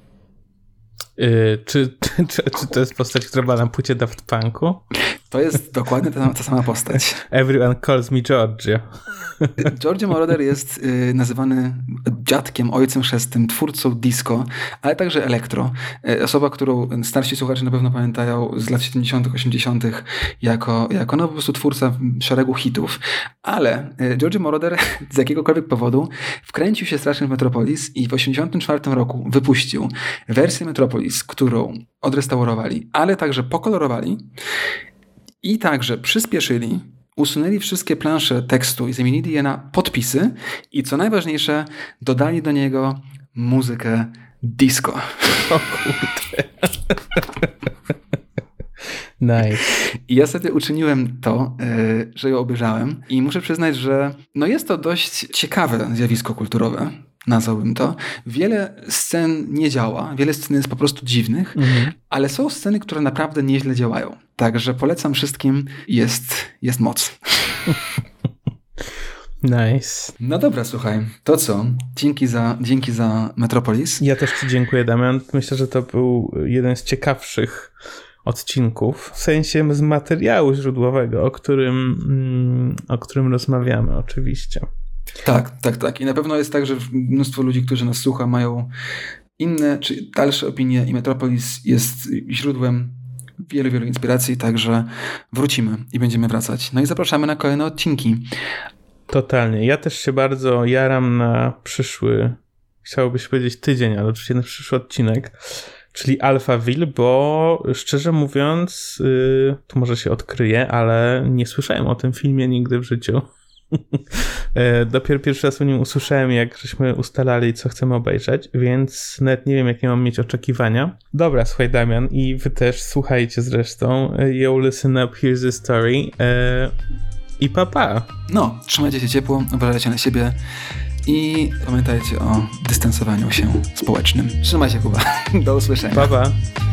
Yy, czy, czy, czy, czy to jest postać, która była na płycie Daft Punku?
To jest dokładnie ta, ta sama postać.
Everyone calls me Giorgio.
Giorgio Moroder jest y, nazywany dziadkiem, ojcem chrzestnym, twórcą disco, ale także elektro. Y, osoba, którą starsi słuchacze na pewno pamiętają z lat siedemdziesiątych, osiemdziesiątych jako, jako no, po prostu twórca szeregu hitów. Ale y, Giorgio Moroder z jakiegokolwiek powodu wkręcił się strasznie w Metropolis i w osiemdziesiątym czwartym roku wypuścił wersję Metropolis, którą odrestaurowali, ale także pokolorowali i także przyspieszyli, usunęli wszystkie plansze tekstu i zamienili je na podpisy i co najważniejsze, dodali do niego muzykę disco.
O kurde. Nice.
I ja sobie uczyniłem to, yy, że ją obejrzałem i muszę przyznać, że no jest to dość ciekawe zjawisko kulturowe. Nazwałbym to. Wiele scen nie działa, wiele scen jest po prostu dziwnych, mhm. ale są sceny, które naprawdę nieźle działają. Także polecam wszystkim, jest, jest moc.
Nice.
No dobra, słuchaj, to co? Dzięki za, dzięki za Metropolis.
Ja też ci dziękuję, Damian. Myślę, że to był jeden z ciekawszych odcinków, w sensie z materiału źródłowego, o którym, o którym rozmawiamy oczywiście.
Tak, tak, tak. I na pewno jest tak, że mnóstwo ludzi, którzy nas słucha, mają inne czy dalsze opinie i Metropolis jest źródłem wielu, wielu inspiracji, także wrócimy i będziemy wracać. No i zapraszamy na kolejne odcinki.
Totalnie. Ja też się bardzo jaram na przyszły, chciałobyś powiedzieć tydzień, ale oczywiście na przyszły odcinek, czyli Alphaville, bo szczerze mówiąc, yy, tu może się odkryję, ale nie słyszałem o tym filmie nigdy w życiu. Dopiero pierwszy raz o nim usłyszałem, jak żeśmy ustalali, co chcemy obejrzeć, więc nawet nie wiem, jakie mam mieć oczekiwania. Dobra, słuchaj, Damian, i wy też słuchajcie zresztą. Yo, listen up, here's the story. I pa, pa.
No, trzymajcie się ciepło, uważajcie na siebie i pamiętajcie o dystansowaniu się społecznym. Trzymaj się, Kuba. Do usłyszenia.
Pa, pa.